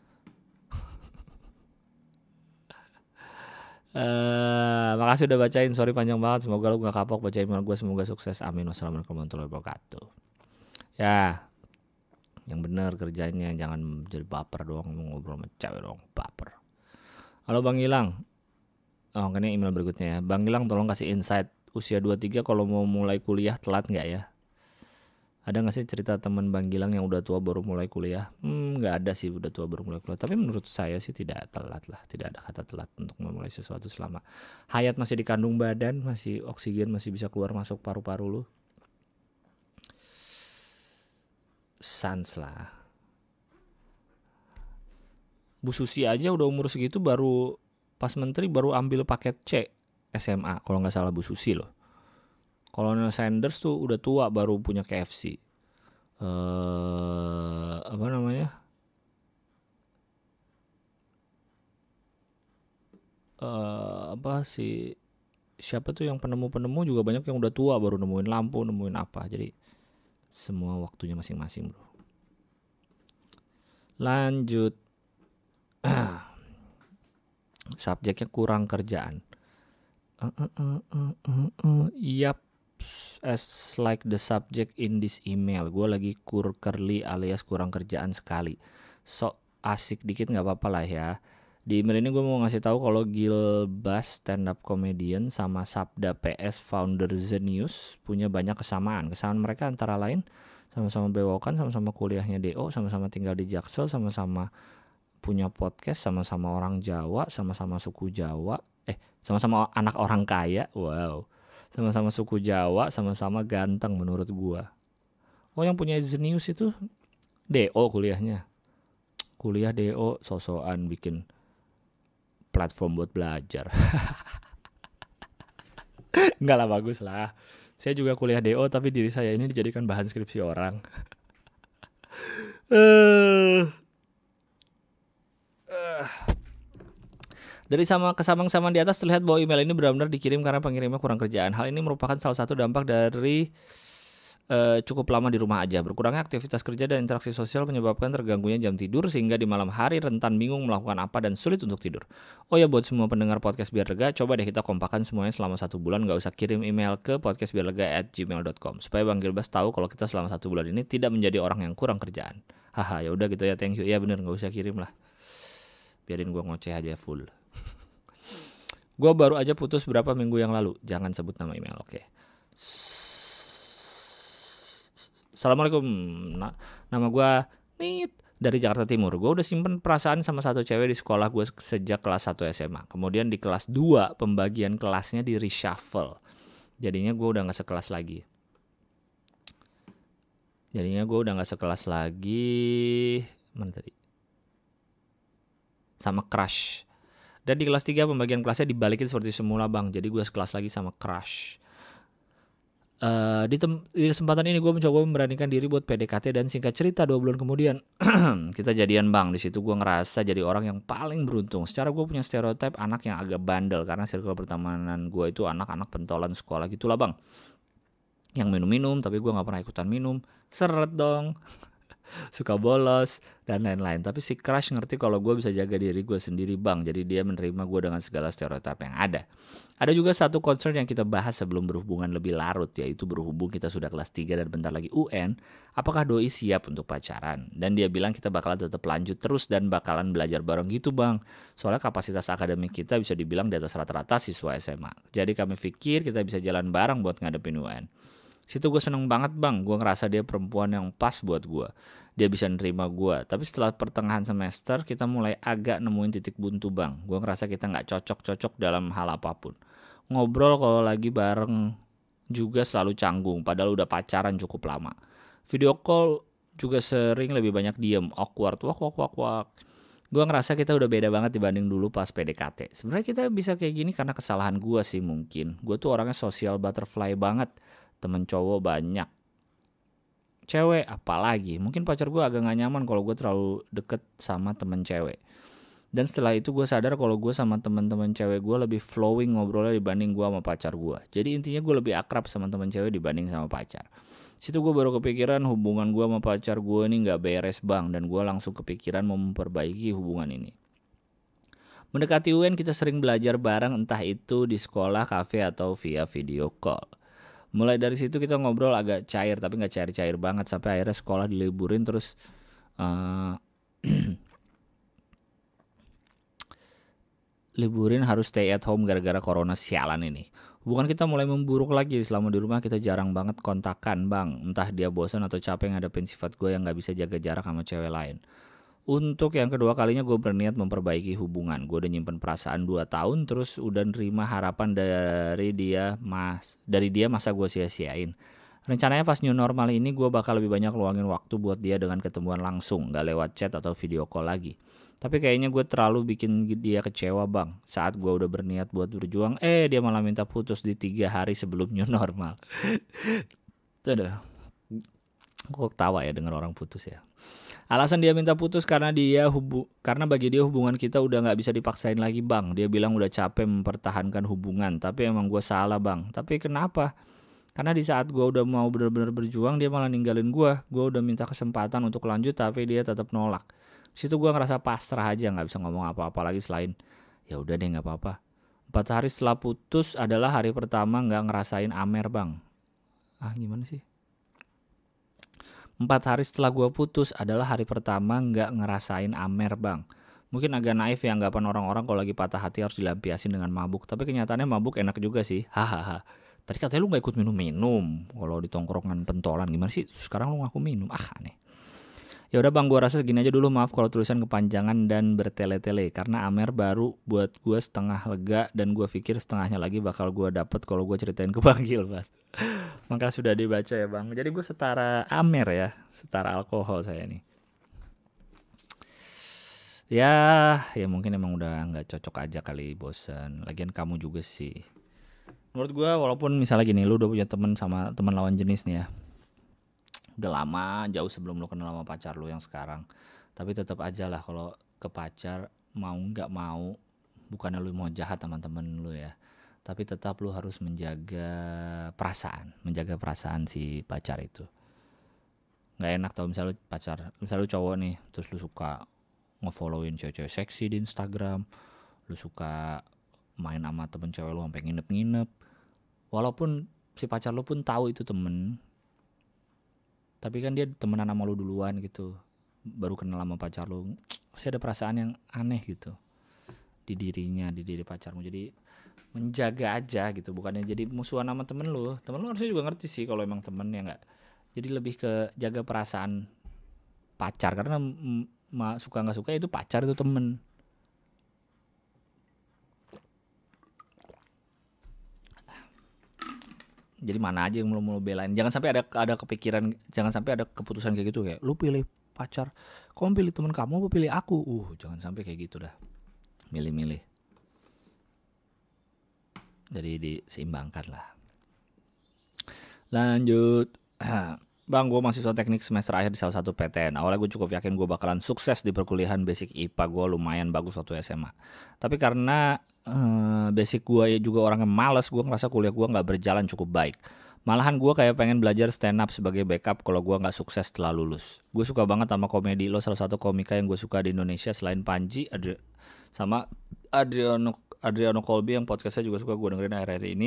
Uh, makasih udah bacain. Sorry panjang banget. Semoga lu gak kapok baca email gue. Semoga sukses. Amin. Wassalamualaikum warahmatullahi wabarakatuh. Ya, yang bener kerjanya. Jangan jadi baper doang. Ngobrol sama cewek doang baper. Halo Bang Gilang. Oh kan email berikutnya ya. Bang Gilang tolong kasih insight usia dua puluh tiga kalau mau mulai kuliah telat nggak ya? Ada nggak sih cerita teman Bang Gilang yang udah tua baru mulai kuliah? Hmm, nggak ada sih udah tua baru mulai kuliah. Tapi menurut saya sih tidak telat lah. Tidak ada kata telat untuk memulai sesuatu selama hayat masih dikandung badan, masih oksigen masih bisa keluar masuk paru-paru lu. Sans lah. Bu Susi aja udah umur segitu baru pas menteri baru ambil paket C S M A kalau nggak salah Bu Susi loh. Colonel Sanders tuh udah tua baru punya K F C. Uh, apa namanya? Uh, apa sih? Siapa tuh yang penemu-penemu juga banyak yang udah tua baru nemuin lampu, nemuin apa. Jadi semua waktunya masing-masing, bro. Lanjut. Subjeknya kurang kerjaan. Uh, uh, uh, uh, uh, uh. Yap, as like the subject in this email. Gue lagi kur kerli alias kurang kerjaan sekali. So asik dikit nggak apa-apa lah ya. Di email ini gue mau ngasih tahu kalau Gilbas stand up comedian sama Sabda P S founder Zenius punya banyak kesamaan. Kesamaan mereka antara lain sama-sama bewokan, sama-sama kuliahnya D O, sama-sama tinggal di Jaksel, sama-sama punya podcast, sama-sama orang Jawa, sama-sama suku Jawa, eh sama-sama anak orang kaya, wow, sama-sama suku Jawa, sama-sama ganteng menurut gua. Oh yang punya Zenius itu D O kuliahnya, kuliah D O sosokan bikin platform buat belajar. Enggak lah, bagus lah. Saya juga kuliah D O tapi diri saya ini dijadikan bahan skripsi orang. uh. Dari sama kesamaan-kesamaan di atas terlihat bahwa email ini benar-benar dikirim karena pengirimnya kurang kerjaan. Hal ini merupakan salah satu dampak dari uh, cukup lama di rumah aja. Berkurangnya aktivitas kerja dan interaksi sosial menyebabkan terganggunya jam tidur sehingga di malam hari rentan bingung melakukan apa dan sulit untuk tidur. Oh ya, buat semua pendengar podcast Biar Lega, coba deh kita kompakan semuanya selama satu bulan. Gak usah kirim email ke podcastbiarlega at gmail dot com supaya Bang Gilbas tahu kalau kita selama satu bulan ini tidak menjadi orang yang kurang kerjaan. Haha, ya udah gitu ya, thank you. Ya bener, gak usah kirim lah. Biarin gue ngoceh aja full. Gue baru aja putus berapa minggu yang lalu. Jangan sebut nama email, oke. Okay. Assalamualaikum. Nah, nama gue Nit dari Jakarta Timur. Gue udah simpen perasaan sama satu cewek di sekolah gue sejak kelas satu S M A. Kemudian di kelas dua pembagian kelasnya di reshuffle. Jadinya gue udah gak sekelas lagi. Jadinya gue udah gak sekelas lagi. Mana tadi? Sama crush. Dan di kelas tiga pembagian kelasnya dibalikin seperti semula bang. Jadi gue sekelas lagi sama crush. Uh, di, tem- di kesempatan ini gue mencoba memberanikan diri buat P D K T dan singkat cerita dua bulan kemudian kita jadian bang. Di situ gue ngerasa jadi orang yang paling beruntung. Secara gue punya stereotip anak yang agak bandel karena circle pertemanan gue itu anak-anak pentolan sekolah gitulah bang. Yang minum-minum tapi gue nggak pernah ikutan minum. Seret dong. Suka bolos dan lain-lain. Tapi si Crush ngerti kalau gue bisa jaga diri gue sendiri bang. Jadi dia menerima gue dengan segala stereotip yang ada. Ada juga satu concern yang kita bahas sebelum berhubungan lebih larut, yaitu berhubung kita sudah kelas tiga dan bentar lagi U N, apakah doi siap untuk pacaran? Dan dia bilang kita bakalan tetap lanjut terus dan bakalan belajar bareng gitu bang. Soalnya kapasitas akademik kita bisa dibilang di atas rata-rata siswa S M A. Jadi kami pikir kita bisa jalan bareng buat ngadepin U N. Situ gue seneng banget bang, gue ngerasa dia perempuan yang pas buat gue. Dia bisa nerima gue, tapi setelah pertengahan semester kita mulai agak nemuin titik buntu bang. Gue ngerasa kita gak cocok-cocok dalam hal apapun. Ngobrol kalau lagi bareng juga selalu canggung, padahal udah pacaran cukup lama. Video call juga sering lebih banyak diem, awkward, wak wak wak wak. Gue ngerasa kita udah beda banget dibanding dulu pas P D K T. Sebenarnya kita bisa kayak gini karena kesalahan gue sih mungkin. Gue tuh orangnya social butterfly banget, temen cowok banyak. Cewek apalagi, mungkin pacar gue agak gak nyaman kalau gue terlalu deket sama temen cewek. Dan setelah itu gue sadar kalau gue sama teman-teman cewek gue lebih flowing ngobrolnya dibanding gue sama pacar gue. Jadi intinya gue lebih akrab sama teman cewek dibanding sama pacar. Situ gue baru kepikiran hubungan gue sama pacar gue ini gak beres bang. Dan gue langsung kepikiran mau memperbaiki hubungan ini. Mendekati U N kita sering belajar bareng, entah itu di sekolah, kafe, atau via video call. Mulai dari situ kita ngobrol agak cair, tapi gak cair-cair banget. Sampai akhirnya sekolah diliburin terus... Uh, liburin harus stay at home gara-gara corona sialan ini. Hubungan kita mulai memburuk lagi. Selama di rumah kita jarang banget kontakan bang. Entah dia bosan atau capek ngadepin sifat gue yang gak bisa jaga jarak sama cewek lain. Untuk yang kedua kalinya gue berniat memperbaiki hubungan. Gue udah nyimpen perasaan dua tahun terus udah nerima harapan dari dia mas dari dia masa gue sia-siain. Rencananya pas new normal ini gue bakal lebih banyak luangin waktu buat dia dengan ketemuan langsung, gak lewat chat atau video call lagi. Tapi kayaknya gue terlalu bikin dia kecewa bang. Saat gue udah berniat buat berjuang, eh dia malah minta putus di tiga hari sebelum new normal. Aduh, gue ketawa ya denger orang putus ya. Alasan dia minta putus karena dia hubu karena bagi dia hubungan kita udah nggak bisa dipaksain lagi bang. Dia bilang udah capek mempertahankan hubungan. Tapi emang gue salah bang. Tapi kenapa? Karena di saat gue udah mau benar-benar berjuang dia malah ninggalin gue. Gue udah minta kesempatan untuk lanjut tapi dia tetap nolak. Situ gue ngerasa pasrah aja, nggak bisa ngomong apa-apa lagi selain ya udah deh nggak apa-apa. Empat hari setelah putus adalah hari pertama nggak ngerasain amer bang. Ah gimana sih? Empat hari setelah gue putus adalah hari pertama nggak ngerasain amer bang. Mungkin agak naif ya anggapan orang-orang kalau lagi patah hati harus dilampiasin dengan mabuk. Tapi kenyataannya mabuk enak juga sih. Hahaha. Tadi katanya lu gak ikut minum-minum. Kalau di tongkrongan pentolan gimana sih? Sekarang lu ngaku minum. Ah aneh. Ya udah bang, gue rasa segini aja dulu. Maaf kalau tulisan kepanjangan dan bertele-tele. Karena Amer baru buat gue setengah lega. Dan gue pikir setengahnya lagi bakal gue dapet kalau gue ceritain ke Bang Gilbas. Maka sudah dibaca ya bang. Jadi gue setara Amer ya. Setara alkohol saya nih. Ya, ya mungkin emang udah gak cocok aja kali, bosen. Lagian kamu juga sih. Menurut gue walaupun misalnya gini, lu udah punya temen sama teman lawan jenis nih ya. Udah lama, jauh sebelum lu kenal sama pacar lu yang sekarang. Tapi tetap aja lah kalau ke pacar mau gak mau, bukannya lu mau jahat sama temen lu ya. Tapi tetap lu harus menjaga perasaan, menjaga perasaan si pacar itu. Gak enak tau misalnya lu pacar, misalnya lu cowok nih, terus lu suka ngefollowin cewek-cewek seksi di Instagram, lu suka main sama temen cewek lu sampai nginep-nginep, walaupun si pacar lu pun tahu itu temen, tapi kan dia temenan sama lu duluan gitu, baru kenal sama pacar lu, pasti ada perasaan yang aneh gitu di dirinya, di diri pacarmu. Jadi menjaga aja gitu, bukannya jadi musuhan sama temen lu. Temen lu harusnya juga ngerti sih kalau emang temen ya nggak. Jadi lebih ke jaga perasaan pacar, karena Ma, suka nggak suka itu pacar itu temen. Jadi mana aja yang mau belain. Jangan sampai ada ada kepikiran, jangan sampai ada keputusan kayak gitu kayak lu pilih pacar, kamu pilih temen kamu, apa pilih aku. Uh, jangan sampai kayak gitu dah. Milih-milih. Jadi diseimbangkan lah. Lanjut. Bang, gue mahasiswa teknik semester akhir di salah satu P T N. Awalnya gue cukup yakin gue bakalan sukses di perkuliahan. Basic I P A gue lumayan bagus waktu S M A. Tapi karena eh, basic gue ya juga orangnya malas, gue ngerasa kuliah gue nggak berjalan cukup baik. Malahan gue kayak pengen belajar stand up sebagai backup kalau gue nggak sukses setelah lulus. Gue suka banget sama komedi lo, salah satu komika yang gue suka di Indonesia selain Panji, Adri- sama Adriano Adriano Colby yang podcastnya juga suka gue dengerin akhir-akhir ini.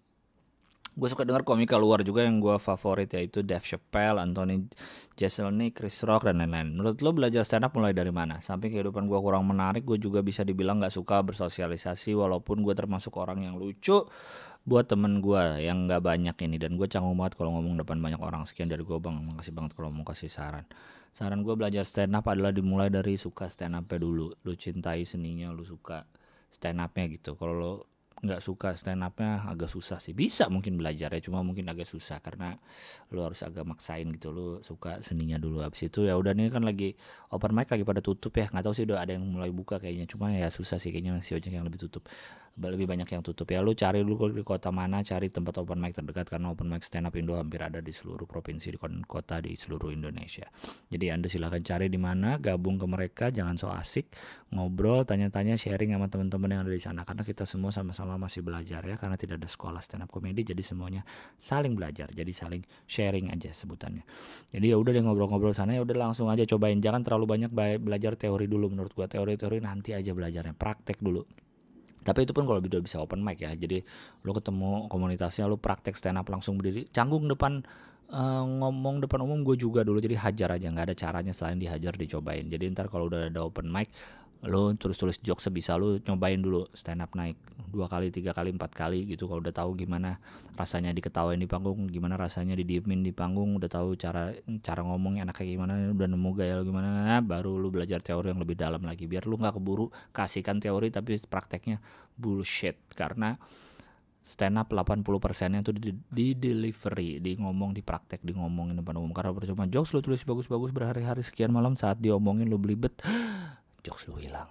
Gue suka denger komika luar juga yang gue favorit, yaitu Dave Chappelle, Anthony Jeselnik, Chris Rock, dan lain-lain. Menurut lo belajar stand up mulai dari mana? Samping kehidupan gue kurang menarik, gue juga bisa dibilang gak suka bersosialisasi, walaupun gue termasuk orang yang lucu buat temen gue yang gak banyak ini. Dan gue canggung banget kalau ngomong depan banyak orang. Sekian dari gue bang, makasih banget kalau mau kasih saran. Saran gue belajar stand up adalah dimulai dari suka stand up-nya dulu. Lu cintai seninya, lu suka stand up-nya gitu. Kalau lo nggak suka stand up-nya agak susah sih. Bisa mungkin belajar ya, cuma mungkin agak susah karena lu harus agak maksain gitu. Lu suka seninya dulu. Habis itu ya udah, nih kan lagi open mic lagi pada tutup ya. Nggak tahu sih udah ada yang mulai buka kayaknya. Cuma ya susah sih kayaknya, masih banyak yang lebih tutup. Lebih banyak yang tutup ya. Lu cari dulu di kota mana, cari tempat open mic terdekat karena open mic stand up Indo hampir ada di seluruh provinsi, di kota di seluruh Indonesia. Jadi Anda silahkan cari di mana, gabung ke mereka, jangan so asik, ngobrol, tanya-tanya, sharing sama teman-teman yang ada di sana karena kita semua sama-sama masih belajar ya, karena tidak ada sekolah stand up comedy, jadi semuanya saling belajar, jadi saling sharing aja sebutannya. Jadi ya udah deh, ngobrol-ngobrol sana, ya udah langsung aja cobain, jangan terlalu banyak belajar teori dulu. Menurut gua teori-teori nanti aja belajarnya, praktek dulu. Tapi itu pun kalau udah bisa open mic ya. Jadi lu ketemu komunitasnya, lu praktek stand up langsung berdiri, canggung depan uh, ngomong depan umum. Gue juga dulu, jadi hajar aja, nggak ada caranya selain dihajar, dicobain. Jadi ntar kalau udah ada open mic, lu tulis-tulis jokes sebisa lu, nyobain dulu stand up naik dua kali, tiga kali, empat kali gitu. Kalau udah tahu gimana rasanya diketawain di panggung, gimana rasanya didiemin di panggung, udah tahu cara cara ngomong enaknya gimana, udah nemu gaya lu gimana, baru lu belajar teori yang lebih dalam lagi biar lu nggak keburu kasihkan teori tapi prakteknya bullshit. Karena stand up delapan puluh persennya itu di, di delivery, di ngomong, di praktek, di ngomongin depan umum. Karena percuma jokes lu tulis bagus-bagus berhari-hari sekian malam, saat diomongin lu belibet, jokes lu hilang.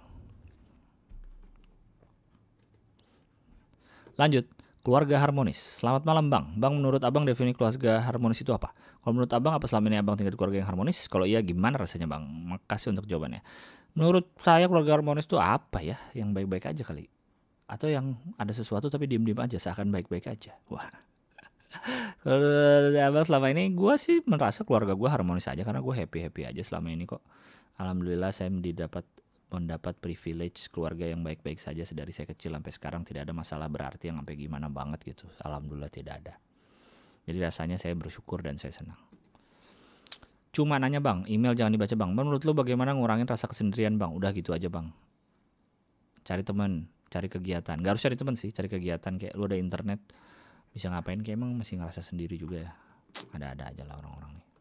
Lanjut, keluarga harmonis. Selamat malam bang. Bang, menurut abang definisi keluarga harmonis itu apa? Kalau menurut abang, apa selama ini abang tinggal di keluarga yang harmonis? Kalau iya, gimana rasanya bang? Makasih untuk jawabannya. Menurut saya keluarga harmonis itu apa ya? Yang baik-baik aja kali. Atau yang ada sesuatu tapi diem-diem aja, seakan baik-baik aja. Wah. Kalau abang selama ini, gue sih merasa keluarga gue harmonis aja karena gue happy-happy aja selama ini kok. Alhamdulillah saya mendapat mendapat privilege keluarga yang baik-baik saja dari saya kecil sampai sekarang, tidak ada masalah berarti yang sampai gimana banget gitu. Alhamdulillah tidak ada. Jadi rasanya saya bersyukur dan saya senang. Cuma nanya bang, email jangan dibaca bang. Menurut lu bagaimana ngurangin rasa kesendirian bang? Udah gitu aja bang. Cari teman, cari kegiatan. Gak harus cari teman sih, cari kegiatan. Kayak lu ada internet, bisa ngapain, kayak emang masih ngerasa sendiri juga ya. Ada-ada aja lah orang-orang nih.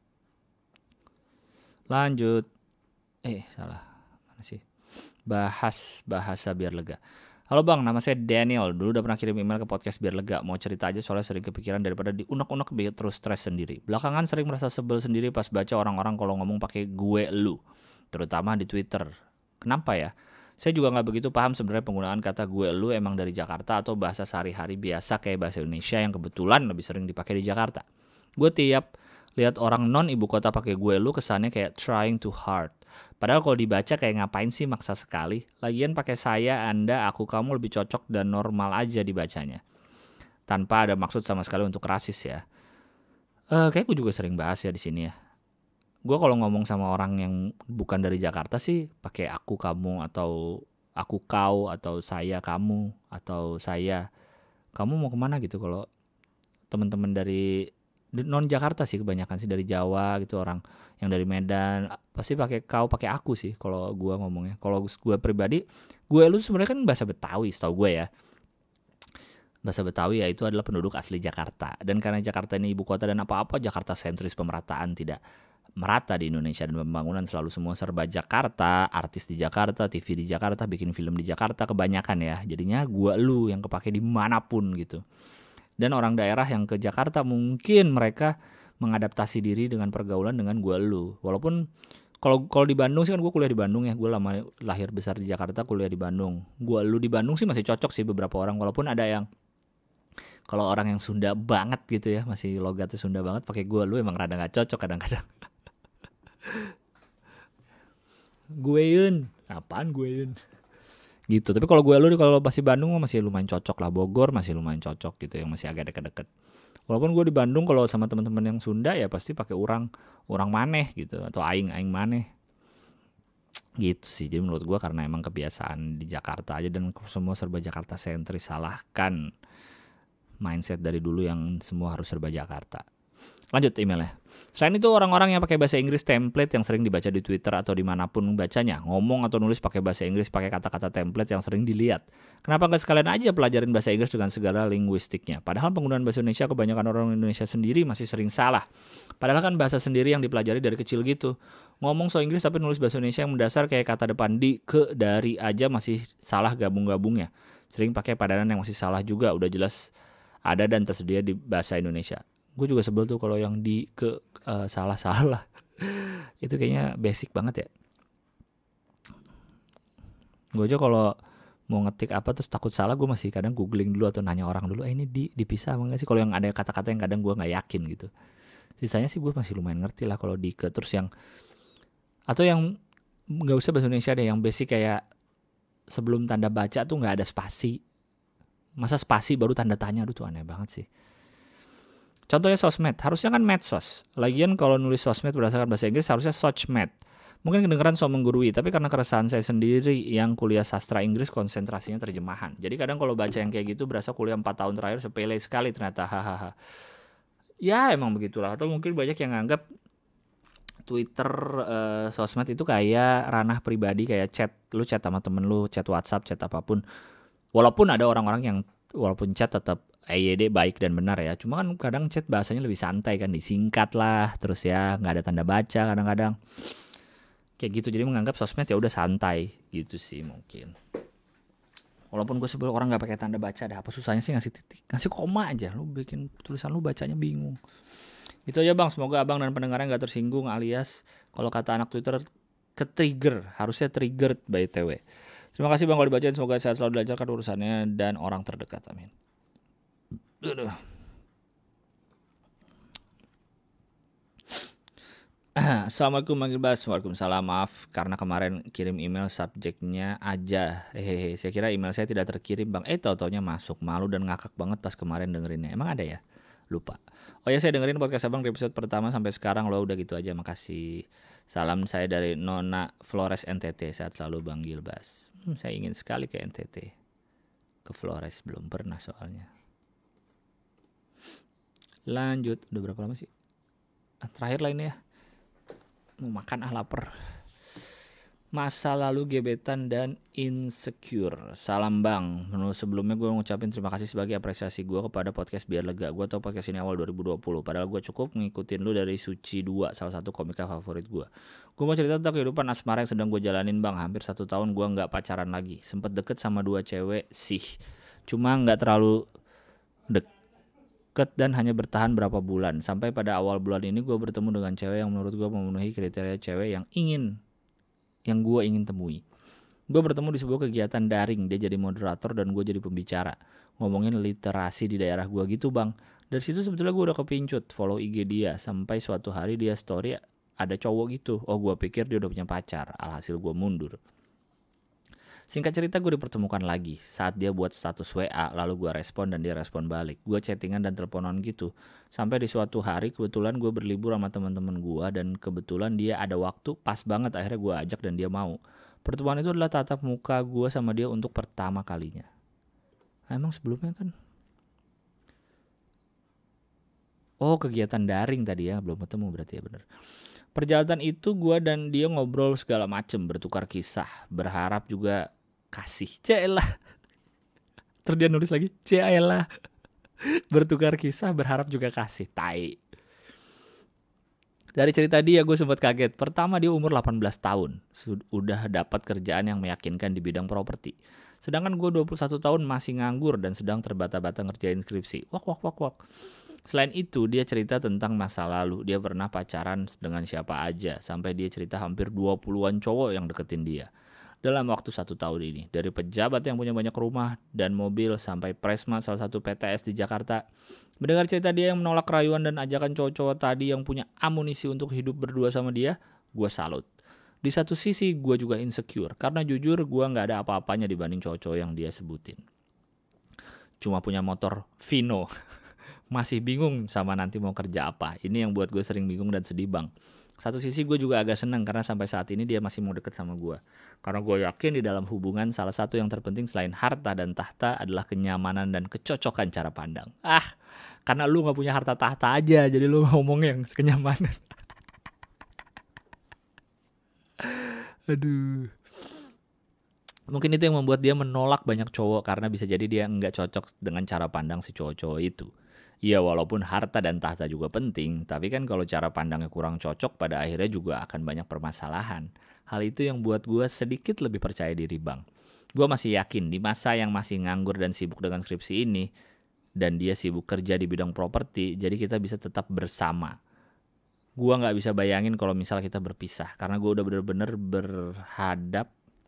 Lanjut. Eh salah, mana sih? Bahas bahasa biar lega. Halo bang, nama saya Daniel. Dulu udah pernah kirim email ke podcast biar lega. Mau cerita aja soalnya sering kepikiran daripada diunek-unek terus stres sendiri. Belakangan sering merasa sebel sendiri pas baca orang-orang kalau ngomong pakai gue lu, terutama di Twitter. Kenapa ya? Saya juga nggak begitu paham sebenarnya penggunaan kata gue lu emang dari Jakarta atau bahasa sehari-hari biasa kayak bahasa Indonesia yang kebetulan lebih sering dipakai di Jakarta. Gue tiap lihat orang non ibu kota pakai gue lu kesannya kayak trying too hard. Padahal kalau dibaca kayak ngapain sih maksa sekali. Lagian pakai saya, anda, aku, kamu lebih cocok dan normal aja dibacanya. Tanpa ada maksud sama sekali untuk rasis ya. Uh, kayak gue juga sering bahas ya di sini ya. Gue kalau ngomong sama orang yang bukan dari Jakarta sih pakai aku, kamu, atau aku, kau, atau saya, kamu, atau saya, kamu mau kemana gitu. Kalau teman-teman dari non Jakarta sih kebanyakan sih, dari Jawa gitu, orang yang dari Medan pasti pakai kau, pakai aku sih kalau gue ngomongnya. Kalau gue pribadi, gue lu sebenarnya kan bahasa Betawi setahu gue ya. Bahasa Betawi ya itu adalah penduduk asli Jakarta. Dan karena Jakarta ini ibu kota dan apa-apa Jakarta sentris, pemerataan tidak merata di Indonesia dan pembangunan selalu semua serba Jakarta, artis di Jakarta, T V di Jakarta, bikin film di Jakarta kebanyakan ya. Jadinya gue lu yang kepake dimanapun gitu. Dan orang daerah yang ke Jakarta mungkin mereka mengadaptasi diri dengan pergaulan dengan gue lu. Walaupun kalau kalau di Bandung sih kan gue kuliah di Bandung ya. Gue lama lahir besar di Jakarta, kuliah di Bandung. Gue lu di Bandung sih masih cocok sih beberapa orang. Walaupun ada yang kalau orang yang Sunda banget gitu ya, masih logatnya Sunda banget pakai gue lu emang rada nggak cocok kadang-kadang. Gueun, apaan gueun? Gitu. Tapi kalau gue lu kalau masih Bandung masih lumayan cocok lah. Bogor masih lumayan cocok gitu, yang masih agak deket-deket. Walaupun gue di Bandung kalau sama teman-teman yang Sunda ya pasti pakai orang orang maneh gitu atau aing aing maneh. Gitu sih. Jadi menurut gue karena emang kebiasaan di Jakarta aja dan semua serba Jakarta sentris, salahkan mindset dari dulu yang semua harus serba Jakarta. Lanjut emailnya. Selain itu orang-orang yang pakai bahasa Inggris template yang sering dibaca di Twitter atau dimanapun bacanya, ngomong atau nulis pakai bahasa Inggris pakai kata-kata template yang sering dilihat. Kenapa nggak sekalian aja pelajarin bahasa Inggris dengan segala linguistiknya? Padahal penggunaan bahasa Indonesia kebanyakan orang Indonesia sendiri masih sering salah. Padahal kan bahasa sendiri yang dipelajari dari kecil gitu. Ngomong so Inggris tapi nulis bahasa Indonesia yang mendasar kayak kata depan di, ke, dari aja masih salah gabung-gabungnya. Sering pakai padanan yang masih salah juga, udah jelas ada dan tersedia di bahasa Indonesia. Gue juga sebel tuh kalau yang di ke uh, salah-salah. Itu kayaknya basic banget ya. Gue aja kalau mau ngetik apa terus takut salah, gue masih kadang googling dulu atau nanya orang dulu, eh ini di dipisah apa enggak sih? Kalau yang ada kata-kata yang kadang gue nggak yakin gitu. Sisanya sih gue masih lumayan ngerti lah kalau di ke. Terus yang atau yang nggak usah bahasa Indonesia deh, yang basic kayak sebelum tanda baca tuh nggak ada spasi. Masa spasi baru tanda tanya, aduh tuh aneh banget sih. Contohnya sosmed, harusnya kan medsos. Lagian kalau nulis sosmed berdasarkan bahasa Inggris harusnya sosmed. Mungkin kedengeran so menggurui, tapi karena keresahan saya sendiri yang kuliah sastra Inggris konsentrasinya terjemahan. Jadi kadang kalau baca yang kayak gitu berasa kuliah empat tahun terakhir sepele sekali ternyata, hahaha. Ya emang begitulah, atau mungkin banyak yang nganggap Twitter, uh, sosmed itu kayak ranah pribadi, kayak chat. Lu chat sama temen lu, chat WhatsApp, chat apapun. Walaupun ada orang-orang yang walaupun chat tetap E Y D baik dan benar ya. Cuma kan kadang chat bahasanya lebih santai kan, disingkat lah, terus ya nggak ada tanda baca kadang-kadang. Kayak gitu, jadi menganggap sosmed ya udah santai gitu sih mungkin. Walaupun gue sebel orang nggak pakai tanda baca, ada apa susahnya sih ngasih titik, ngasih koma aja, lu bikin tulisan lu bacanya bingung. Itu aja bang, semoga abang dan pendengarnya nggak tersinggung alias kalau kata anak Twitter ke trigger, harusnya triggered by T W. Terima kasih bang kalau dibacain, semoga sehat selalu dilancarkan urusannya dan orang terdekat, amin. Aduh. Assalamualaikum Manggil Bas. Waalaikumsalam. Maaf karena kemarin kirim email subjeknya aja. Hehehe. Saya kira email saya tidak terkirim bang. Eh tau-taunya masuk. Malu dan ngakak banget pas kemarin dengerinnya. Emang ada ya? Lupa. Oh ya, saya dengerin podcast abang dari episode pertama sampai sekarang loh. Udah gitu aja. Makasih. Salam saya dari Nona Flores N T T. Sehat selalu Bang Gilbas. Hmm, saya ingin sekali ke N T T. Ke Flores belum pernah soalnya. Lanjut. Udah berapa lama sih? Terakhir lah ini ya. Mau makan ah lapar. Masa lalu gebetan dan insecure. Salam bang. Menurut sebelumnya gue ngucapin terima kasih sebagai apresiasi gue kepada podcast Biar Lega. Gue tau podcast ini awal dua ribu dua puluh. Padahal gue cukup ngikutin lu dari Suci dua, salah satu komika favorit gue. Gue mau cerita tentang kehidupan asmara yang sedang gue jalanin bang. Hampir satu tahun gue gak pacaran lagi. Sempet deket sama dua cewek sih. Cuma gak terlalu deket dan hanya bertahan berapa bulan. Sampai pada awal bulan ini gue bertemu dengan cewek yang menurut gue memenuhi kriteria cewek yang ingin yang gue ingin temui. Gue bertemu di sebuah kegiatan daring. Dia jadi moderator dan gue jadi pembicara, ngomongin literasi di daerah gue gitu bang. Dari situ sebetulnya gue udah kepincut follow I G dia. Sampai suatu hari dia story ada cowok gitu. Oh gue pikir dia udah punya pacar. Alhasil gue mundur. Singkat cerita gue dipertemukan lagi saat dia buat status W A, lalu gue respon dan dia respon balik. Gue chattingan dan teleponan gitu. Sampai di suatu hari kebetulan gue berlibur sama teman-teman gue dan kebetulan dia ada waktu, pas banget akhirnya gue ajak dan dia mau. Pertemuan itu adalah tatap muka gue sama dia untuk pertama kalinya. Nah, emang sebelumnya kan? Oh kegiatan daring tadi ya, belum ketemu berarti ya bener. Perjalanan itu gue dan dia ngobrol segala macem, bertukar kisah, berharap juga kasih. Celah. Terus dia nulis lagi, celah. Bertukar kisah, berharap juga kasih. Tai. Dari cerita dia gue sempat kaget. Pertama dia umur delapan belas tahun, udah dapat kerjaan yang meyakinkan di bidang properti. Sedangkan gue dua puluh satu tahun masih nganggur dan sedang terbata-bata ngerjain skripsi. Wak wak wak wak. Selain itu dia cerita tentang masa lalu. Dia pernah pacaran dengan siapa aja. Sampai dia cerita hampir dua puluhan cowok yang deketin dia. dalam waktu satu tahun ini. Dari pejabat yang punya banyak rumah dan mobil sampai Presma salah satu P T S di Jakarta. Mendengar cerita dia yang menolak rayuan dan ajakan cowok-cowok tadi yang punya amunisi untuk hidup berdua sama dia, gue salut. Di satu sisi gue juga insecure, karena jujur gue gak ada apa-apanya dibanding cowok-cowok yang dia sebutin. Cuma punya motor Vino. Masih bingung sama nanti mau kerja apa. Ini yang buat gue sering bingung dan sedih bang. Satu sisi gue juga agak seneng karena sampai saat ini dia masih mau deket sama gue. Karena gue yakin di dalam hubungan salah satu yang terpenting selain harta dan tahta adalah kenyamanan dan kecocokan cara pandang. Ah, karena lu gak punya harta tahta aja, jadi lu ngomong yang kenyamanan. Aduh. Mungkin itu yang membuat dia menolak banyak cowok karena bisa jadi dia nggak cocok dengan cara pandang si cowok-cowok itu. Ya walaupun harta dan tahta juga penting, tapi kan kalau cara pandangnya kurang cocok pada akhirnya juga akan banyak permasalahan. Hal itu yang buat gue sedikit lebih percaya diri bang. Gue masih yakin di masa yang masih nganggur dan sibuk dengan skripsi ini, dan dia sibuk kerja di bidang properti, jadi kita bisa tetap bersama. Gue gak bisa bayangin kalau misal kita berpisah, karena gue udah bener-bener berhadap,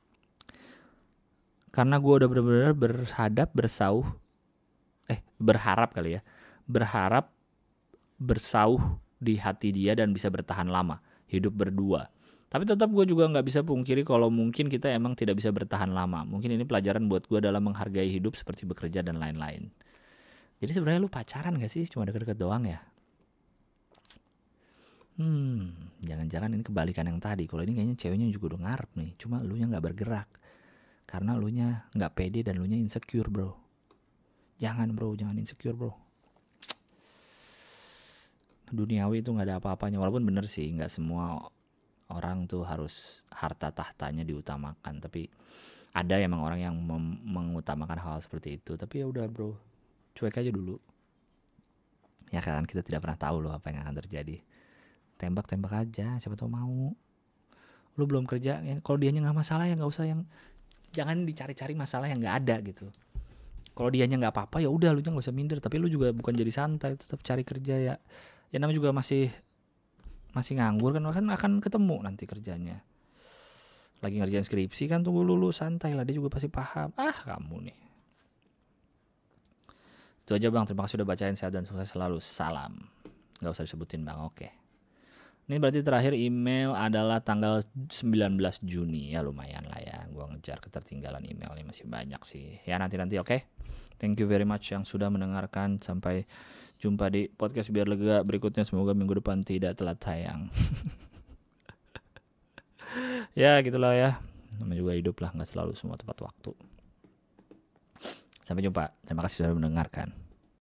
karena gue udah bener-bener berhadap, bersauh, eh berharap kali ya, berharap bersauh di hati dia dan bisa bertahan lama, hidup berdua. Tapi tetap gue juga gak bisa pungkiri kalau mungkin kita emang tidak bisa bertahan lama. Mungkin ini pelajaran buat gue dalam menghargai hidup seperti bekerja dan lain-lain. Jadi sebenarnya lu pacaran gak sih? Cuma deket-deket doang ya? Hmm, jangan-jangan ini kebalikan yang tadi. Kalau ini kayaknya ceweknya juga udah ngarep nih. Cuma lu nya gak bergerak. Karena lu nya gak pede dan lu nya insecure bro. Jangan bro, jangan insecure bro. Duniawi itu gak ada apa-apanya. Walaupun bener sih, gak semua orang tuh harus harta tahtanya diutamakan. Tapi ada emang orang yang mem- mengutamakan hal seperti itu. Tapi ya udah bro, cuek aja dulu. Ya kan, kita tidak pernah tahu loh apa yang akan terjadi. Tembak-tembak aja, siapa tahu mau. Lu belum kerja, ya, kalau dianya nggak masalah ya nggak usah yang, jangan dicari-cari masalah yang nggak ada gitu. Kalau dianya nggak apa-apa ya udah, lu jangan nggak usah minder. Tapi lu juga bukan jadi santai, tetap cari kerja ya. Ya namanya juga masih masih nganggur kan, kan akan ketemu nanti kerjanya. Lagi ngerjain skripsi kan, tunggu lulus santai lah, dia juga pasti paham. Ah kamu nih. Itu aja bang, terima kasih udah bacain, sehat dan sukses selalu, salam. Nggak usah disebutin bang, oke. Ini berarti terakhir email adalah tanggal sembilan belas Juni. Ya lumayan lah ya, gue ngejar ketertinggalan email ini masih banyak sih. Ya nanti-nanti oke. Okay? Thank you very much yang sudah mendengarkan. Sampai jumpa di podcast Biar Lega berikutnya. Semoga minggu depan tidak telat tayang. Ya gitulah ya. Namanya juga hidup lah, gak selalu semua tepat waktu. Sampai jumpa. Terima kasih sudah mendengarkan.